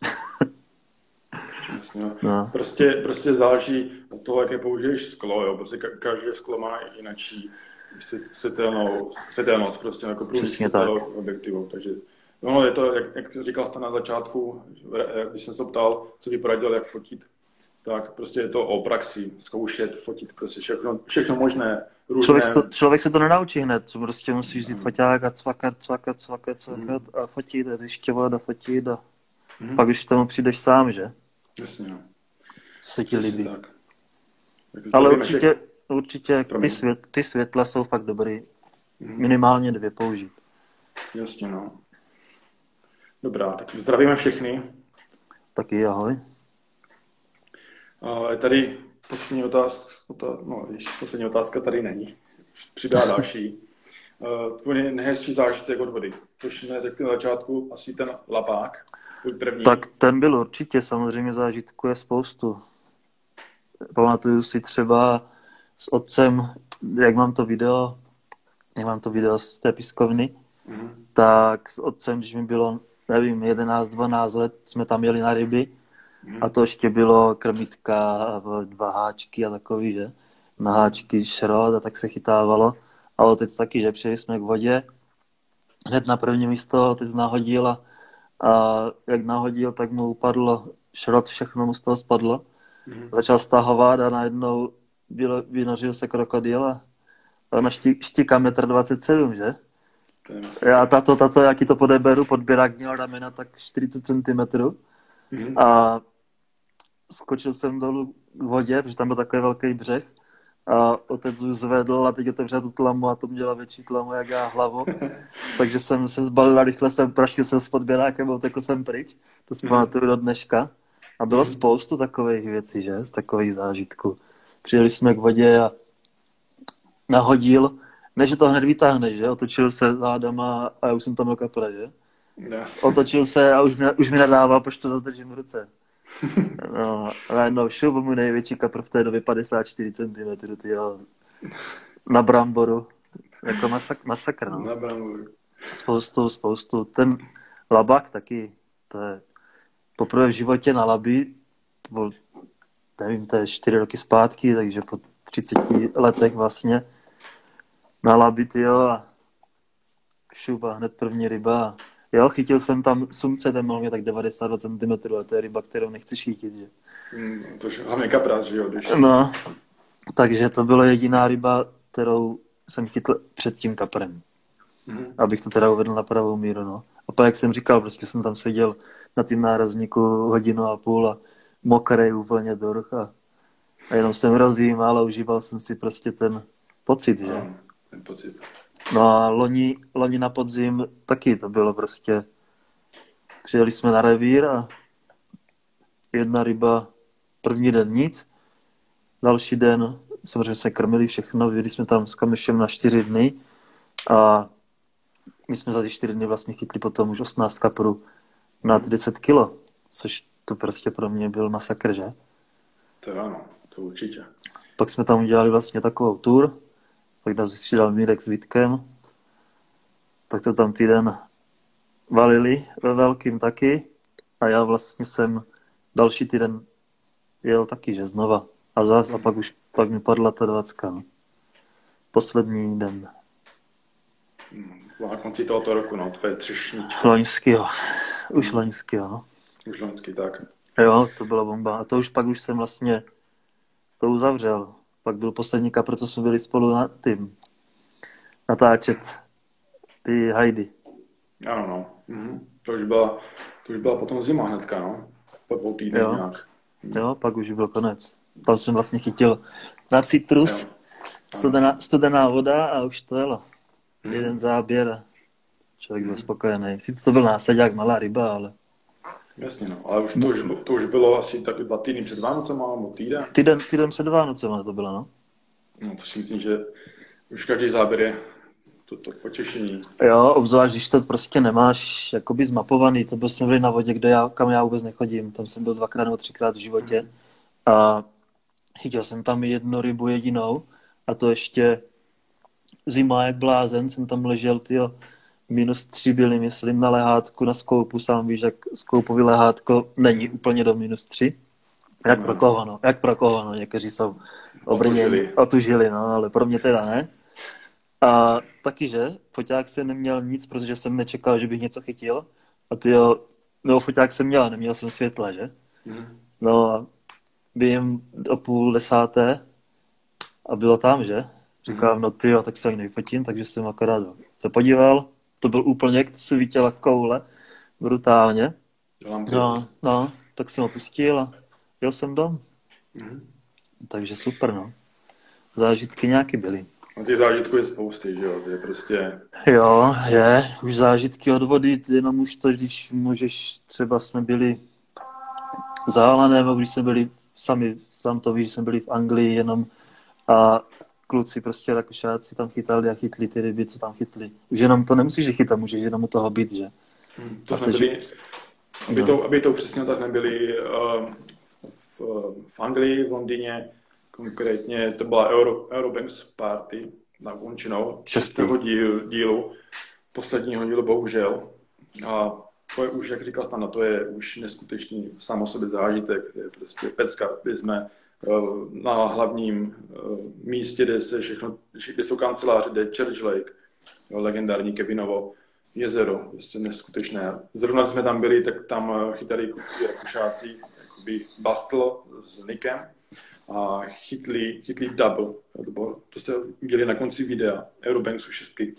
No. Prostě, prostě záleží od toho, jaké použiješ sklo, jo. Prostě každé sklo má jinačí světelnost, prostě jako průmysl objektivů, takže no, je to, jak, jak říkal jste na začátku, když jsem se ptal, co by poradil, jak fotit, tak prostě je to o praxi, zkoušet, fotit, prostě všechno, všechno možné, různé... Člověk, se to, člověk se to nenaučí hned, prostě musíš vzít foťák a cvakat, cvakat, cvakat, cvakat mm. a fotit a zjišťovat a fotit a mm. pak už k tomu přijdeš sám, že? Jasně, no. Co se ti líbí. Tak. Tak ale určitě, však... určitě ty, svět, ty světla jsou fakt dobrý. Mm. Minimálně dvě použít. Jasně, no. Dobrá, tak zdravíme všechny. Taky ahoj. A tady poslední otázka, no, ještě poslední otázka tady není. Přidá další. Tvůj nejhezčí zážitek od vody, což jsme řekli na začátku, asi ten lapák, tvůj první. Tak ten byl určitě, samozřejmě zážitku je spoustu. Pamatuju si třeba s otcem, jak mám to video, jak mám to video z té piskovny, mm-hmm. tak s otcem, když mi bylo, nevím, jedenáct dvanáct let, jsme tam jeli na ryby mm-hmm. a to ještě bylo krmitka, dva háčky a takový, že? Na háčky šrot a tak se chytávalo. A otec taky, že přijeli jsme k vodě, hned na první místo otec nahodil a, a jak nahodil, tak mu upadlo šrot, všechno mu z toho spadlo. Mm-hmm. Začal stahovat a najednou bylo, vynořil se krokodýl a ona ští, štíka metr dvacet sedm, že? Já tato, tato, jaký to podeberu, podběrák měl ramena tak čtyřicet centimetrů mm-hmm. a skočil jsem dolů k vodě, protože tam byl takový velký břeh a otec už zvedl a teď otevřel tu tlamu a to měla větší tlamu jak já hlavu, takže jsem se zbalil a rychle jsem praštil jsem s podběrákem a utekl jsem pryč, to si pamatuju do dneška a bylo mm-hmm. spoustu takových věcí, že, z takových zážitků. Přijeli jsme k vodě a nahodil, než to hned vytáhneš, že? Otočil se zádama a já už jsem tam byl kapra, že? Yes. Otočil se a už mi, už mi nadával, proč to zazdržím v ruce. No, a najednou šup, můj největší kapr v té době padesát čtyři centimetrů, tyjo. Na bramboru. Jako masak, masakr, no. Na bramboru. Spoustu, spoustu. Ten labák taky, to je poprvé v životě na labi, byl, nevím, to je čtyři roky zpátky, takže po třiceti letech vlastně na labi, tyjo, a šup a hned první ryba. Jo, chytil jsem tam sumce, ten mal mě tak devadesát dva centimetrů, a to je ryba, kterou nechceš chytit, že? Mm, to je hlavně kapra, že jo? Když... No, takže to byla jediná ryba, kterou jsem chytl před tím kaprem. Mm. Abych to teda uvedl na pravou míru, no. A pak, jak jsem říkal, prostě jsem tam seděl na tím nárazníku hodinu a půl a mokrej úplně durch a, a jenom jsem rozjímal a užíval jsem si prostě ten pocit, že? No, ten pocit. No a loni, loni na podzim taky to bylo prostě, přijeli jsme na revír a jedna ryba, první den nic, další den samozřejmě jsme krmili všechno, vyjeli jsme tam s kamyšem na čtyři dny a my jsme za ty čtyři dny vlastně chytli potom už osmnáct kaprů na deset kilo, což to prostě pro mě byl masakr, že? To ano, to určitě. Pak jsme tam udělali vlastně takovou tour, pak nás vystřídal Mírek s Vítkem, tak to tam týden valili ve velkým taky a já vlastně jsem další týden jel taky, že znova. A zás a pak už pak mi padla ta dvacka. No. Poslední den. Na konci tohoto roku, no, tvoje třešnička. Loňskýho. Už loňskýho, no. Už loňský, tak. Jo, to byla bomba. A to už pak už jsem vlastně to uzavřel. Pak byl poslední kapr, co jsme byli spolu na tím natáčet ty Heidi. Ano, no. Mhm. To už byla, to už byla potom zima hnedka, no. Po dvou týdnech nějak. Jo, pak už byl konec. Tam jsem vlastně chytil na citrus, studená, studená voda a už to jelo. Mhm. Jeden záběr a člověk byl spokojený. Sice to byl násadák, malá ryba, ale... Jasně, no. Ale už to, už, to už bylo asi tak dva týdny před Vánocema, nebo týden? Týden, týden před Vánocema to bylo, no. No, to si myslím, že už každý záběr je to, to potěšení. Jo, obzvlášť, když to prostě nemáš jakoby zmapovaný, to byl jsme byli na vodě, kde já, kam já vůbec nechodím, tam jsem byl dvakrát nebo třikrát v životě a chytil jsem tam jednu rybu jedinou a to ještě zima jak blázen, jsem tam ležel, tyjo, minus tři byly, myslím, na lehátku, na skoupu, sám víš, jak skoupový lehátko není úplně do minus tři. Jak no. pro koho, no, jak pro koho, no, někteří jsou obrněni, otužili, no, ale pro mě teda ne. A taky, že, foťák jsem neměl nic, protože jsem nečekal, že bych něco chytil. A ty jo, no foťák jsem měl, neměl jsem světla, že? Mm. No a během o půl desáté a bylo tam, že? Říkám, no ty jo, tak se ani nejfotím, takže jsem akorát se podíval. To byl úplně, jak se vítěla koule, brutálně. No, no, tak jsem ho pustil a jel jsem dom. Mm-hmm. Takže super, no. Zážitky nějaký byly. A těch zážitků je spousty, že jo, to je prostě... Jo, je, už zážitky od vody, jenom už to, když můžeš, třeba jsme byli za nebo když jsme byli sami, sám to víš, že jsme byli v Anglii jenom a kluci prostě Rakušáci tam chytali a chytli ty ryby, co tam chytli. Už jenom to nemusíš chytat, můžeš jenom u toho být, že? Hmm, to jsme byli, aby, no. to, aby to přesně tak jsme byli uh, v, v Anglii, v Londýně, konkrétně to byla Euro, Eurobanks party na končinou šestého díl, dílu, posledního dílu bohužel. A to je už, jak říkal Standa, to je už neskutečný sám o sobě zážitek, to je prostě pecka, kdy jsme uh, na hlavním uh, místě, kde se všechno, kde jsou kanceláře, kde je Church Lake, jo, legendární Kevinovo jezero, prostě neskutečné. Zrovna jsme tam byli, tak tam chytali kluci Rakušáci, jakoby Bastl s Nikem a chytli, chytli double. To, bylo, to jste viděli na konci videa, Eurobanksu šestky.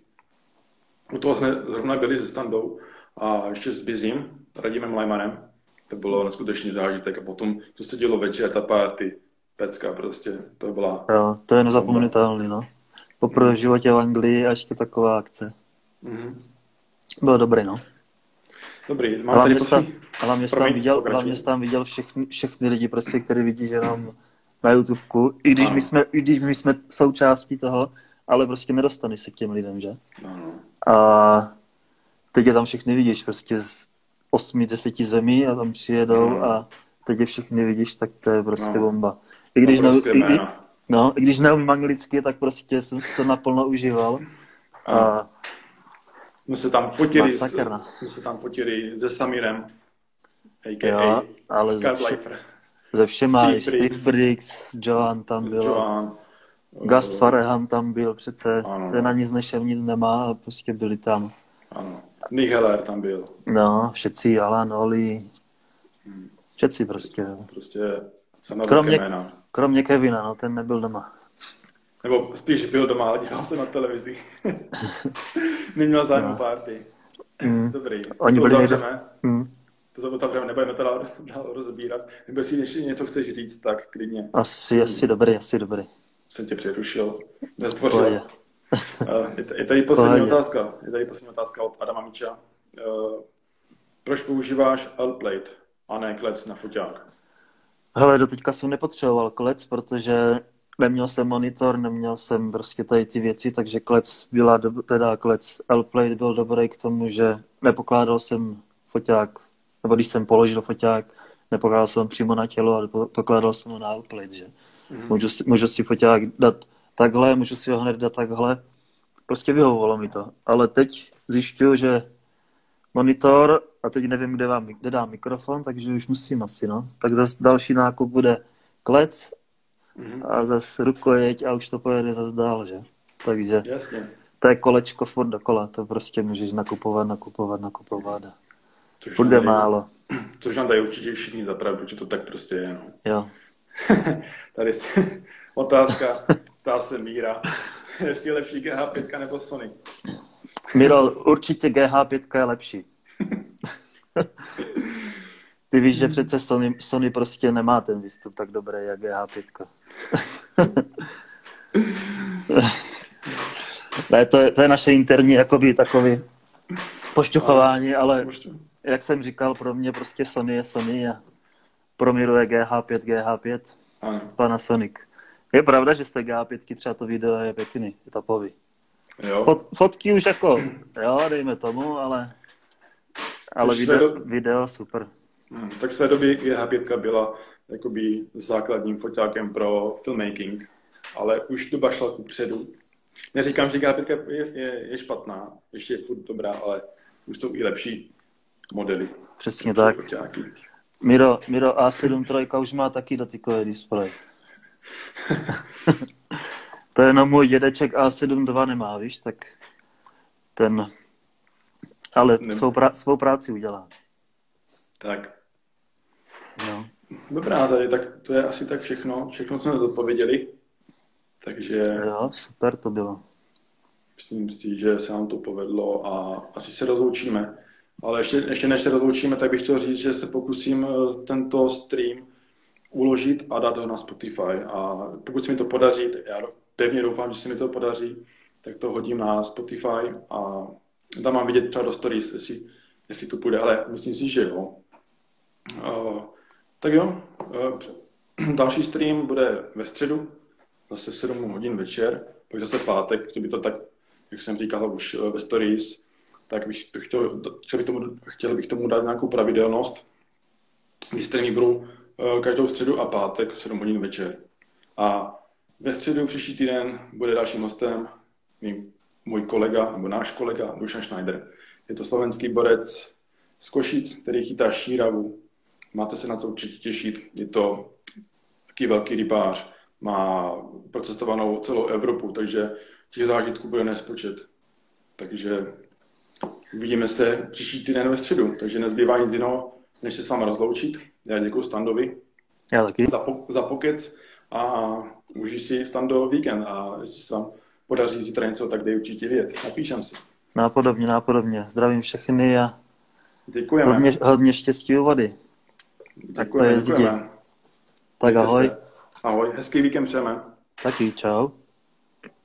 U toho jsme zrovna byli se Standou a ještě s Bizím, Radimem Lajmanem. To bylo neskutečný zážitek a potom to se dělo večer, ta party, pecka prostě, to byla... Jo, to je nezapomenutelný, no. Poprvé v životě v Anglii a ještě taková akce. Mm-hmm. Bylo dobrý, no. Dobrý, mám tady poslední... Ale mě tam viděl, hlavně jsem tam viděl všechny, všechny lidi, prostě, který vidíš jenom na YouTubeku, i když, my jsme, i když my jsme součástí toho, ale prostě nedostaneš se k těm lidem, že? No. A teď je tam všechny vidíš, prostě z osmi, deseti zemí a tam přijedou no. A teď je všechny vidíš, tak to je prostě no. Bomba. I když, ne, i, i, no, i když neumím anglicky, tak prostě jsem si to naplno užíval. A jsme se tam fotili, s, jsme se tam fotili se Samirem, a k a. Jo, ale ze, vše, ze všema, Steve, Steve Briggs, Joan tam byl, Joan, Gast uh, Fareham tam byl přece, ano. Ten na nic nešel, nic nemá a prostě byli tam. Ano, Nick Heller tam byl. No, všetci, Alan, Oli, hmm. všetci prostě. Prostě kromě, kromě Kevina, no, ten nebyl doma. Nebo spíš byl doma, ale díval se na televizi. Neměl zájem o no. Party. Mm. Dobrý. Oni to byli otevřeme. Mm. To otevřeme, nebudeme to dál, dál rozebírat. Nebo jestli ještě něco chceš říct, tak klidně. Asi, mm. asi dobrý, asi dobrý. Jsem tě přerušil. Nezdvořil. je, je tady poslední Pohodě. otázka. Je tady poslední otázka od Adama Miča. Uh, proč používáš L-plate a ne klec na foťák? Hele, doteďka jsem nepotřeboval klec, protože neměl jsem monitor, neměl jsem prostě tady ty věci, takže klec byla, do, teda klec L-plate byl dobrý k tomu, že nepokládal jsem foťák, nebo když jsem položil foťák, nepokládal jsem přímo na tělo, ale pokládal jsem ho na L-plate, že? Mm-hmm. Můžu, si, můžu si foťák dát takhle, můžu si ho hned dát takhle, prostě vyhovovalo mi to. Ale teď zjišťuju, že monitor, a teď nevím, kde, vám, kde dám mikrofon, takže už musím asi, no. Tak zase další nákup bude klec, a zase rukojeť a už to pojede zase dál, že? Takže jasně. To je kolečko furt dokola, to prostě můžeš nakupovat, nakupovat, nakupovat a furt je málo. Což nám dají určitě všichni za pravdu, že to tak prostě je, no. Jo. Tady je otázka, ptá se Míra, jestli je lepší G H pět nebo Sony? Miro, určitě G H pět je lepší. Ty víš, že přece Sony, Sony prostě nemá ten výstup tak dobrý, jak G H pět. Ne, to, je, to je naše interní jakoby takový pošťuchování, ale jak jsem říkal, pro mě prostě Sony je Sony a pro Míru je G H pět, G H pět, Panasonic. Je pravda, že z té G H pět třeba to video je pěkný, je tapový. Jo. Fot, fotky už jako, jo, dejme tomu, ale, ale video, do... video super. Hmm, tak své době G H pět byla jakoby základním foťákem pro filmmaking, ale už doba šla kupředu. Neříkám, že G H pět je, je, je špatná, ještě je furt dobrá, ale už jsou i lepší modely. Přesně tak. Foťáky. Miro, Miro A sedm tři už má taky dotykové displej. To je jenom můj dědeček A sedm dva nemá, víš, tak ten, ale svou, prá- svou práci udělá. Tak. No. Dobrá, tady, tak to je asi tak všechno. Všechno jsme odpověděli. Takže Jo, super to bylo. myslím si, že se nám to povedlo a asi se rozloučíme. Ale ještě, ještě než se rozloučíme, tak bych chtěl říct, že se pokusím tento stream uložit a dát ho na Spotify. A pokud se mi to podaří, já pevně doufám, že se mi to podaří, tak to hodím na Spotify a tam mám vidět třeba do stories, jestli, jestli to půjde, ale myslím si, že jo. Uh, tak jo, uh, další stream bude ve středu, zase v sedm hodin večer, pak zase pátek, to by to tak, jak jsem říkal už ve stories, tak bych to chtěl, chtěl, bych tomu, chtěl bych tomu dát nějakou pravidelnost. Kdy streamy budou uh, každou středu a pátek v sedm hodin večer. A ve středu příští týden bude dalším hostem mý, můj kolega, nebo náš kolega Dušan Schneider. Je to slovenský borec z Košic, který chytá šíravu. Máte se na co určitě těšit. Je to taky velký rybář. Má procestovanou celou Evropu, takže těch zážitků bude nespočet. Takže uvidíme se příští týden ve středu. Takže nezbývá nic jiného, než se s vámi rozloučit. Já děkuji Standovi Já taky. za, po, za pokec a užij si, Stando, víkend. A jestli se vám podaří zítra něco, tak dej určitě vědět. Napíšem si. Nápodobně, nápodobně. Zdravím všechny a Děkujeme. hodně, hodně štěstí u vody. Děkujeme, tak to děkujeme. Tak ahoj. Se. Ahoj, hezký víkend přejeme. Taky, čau.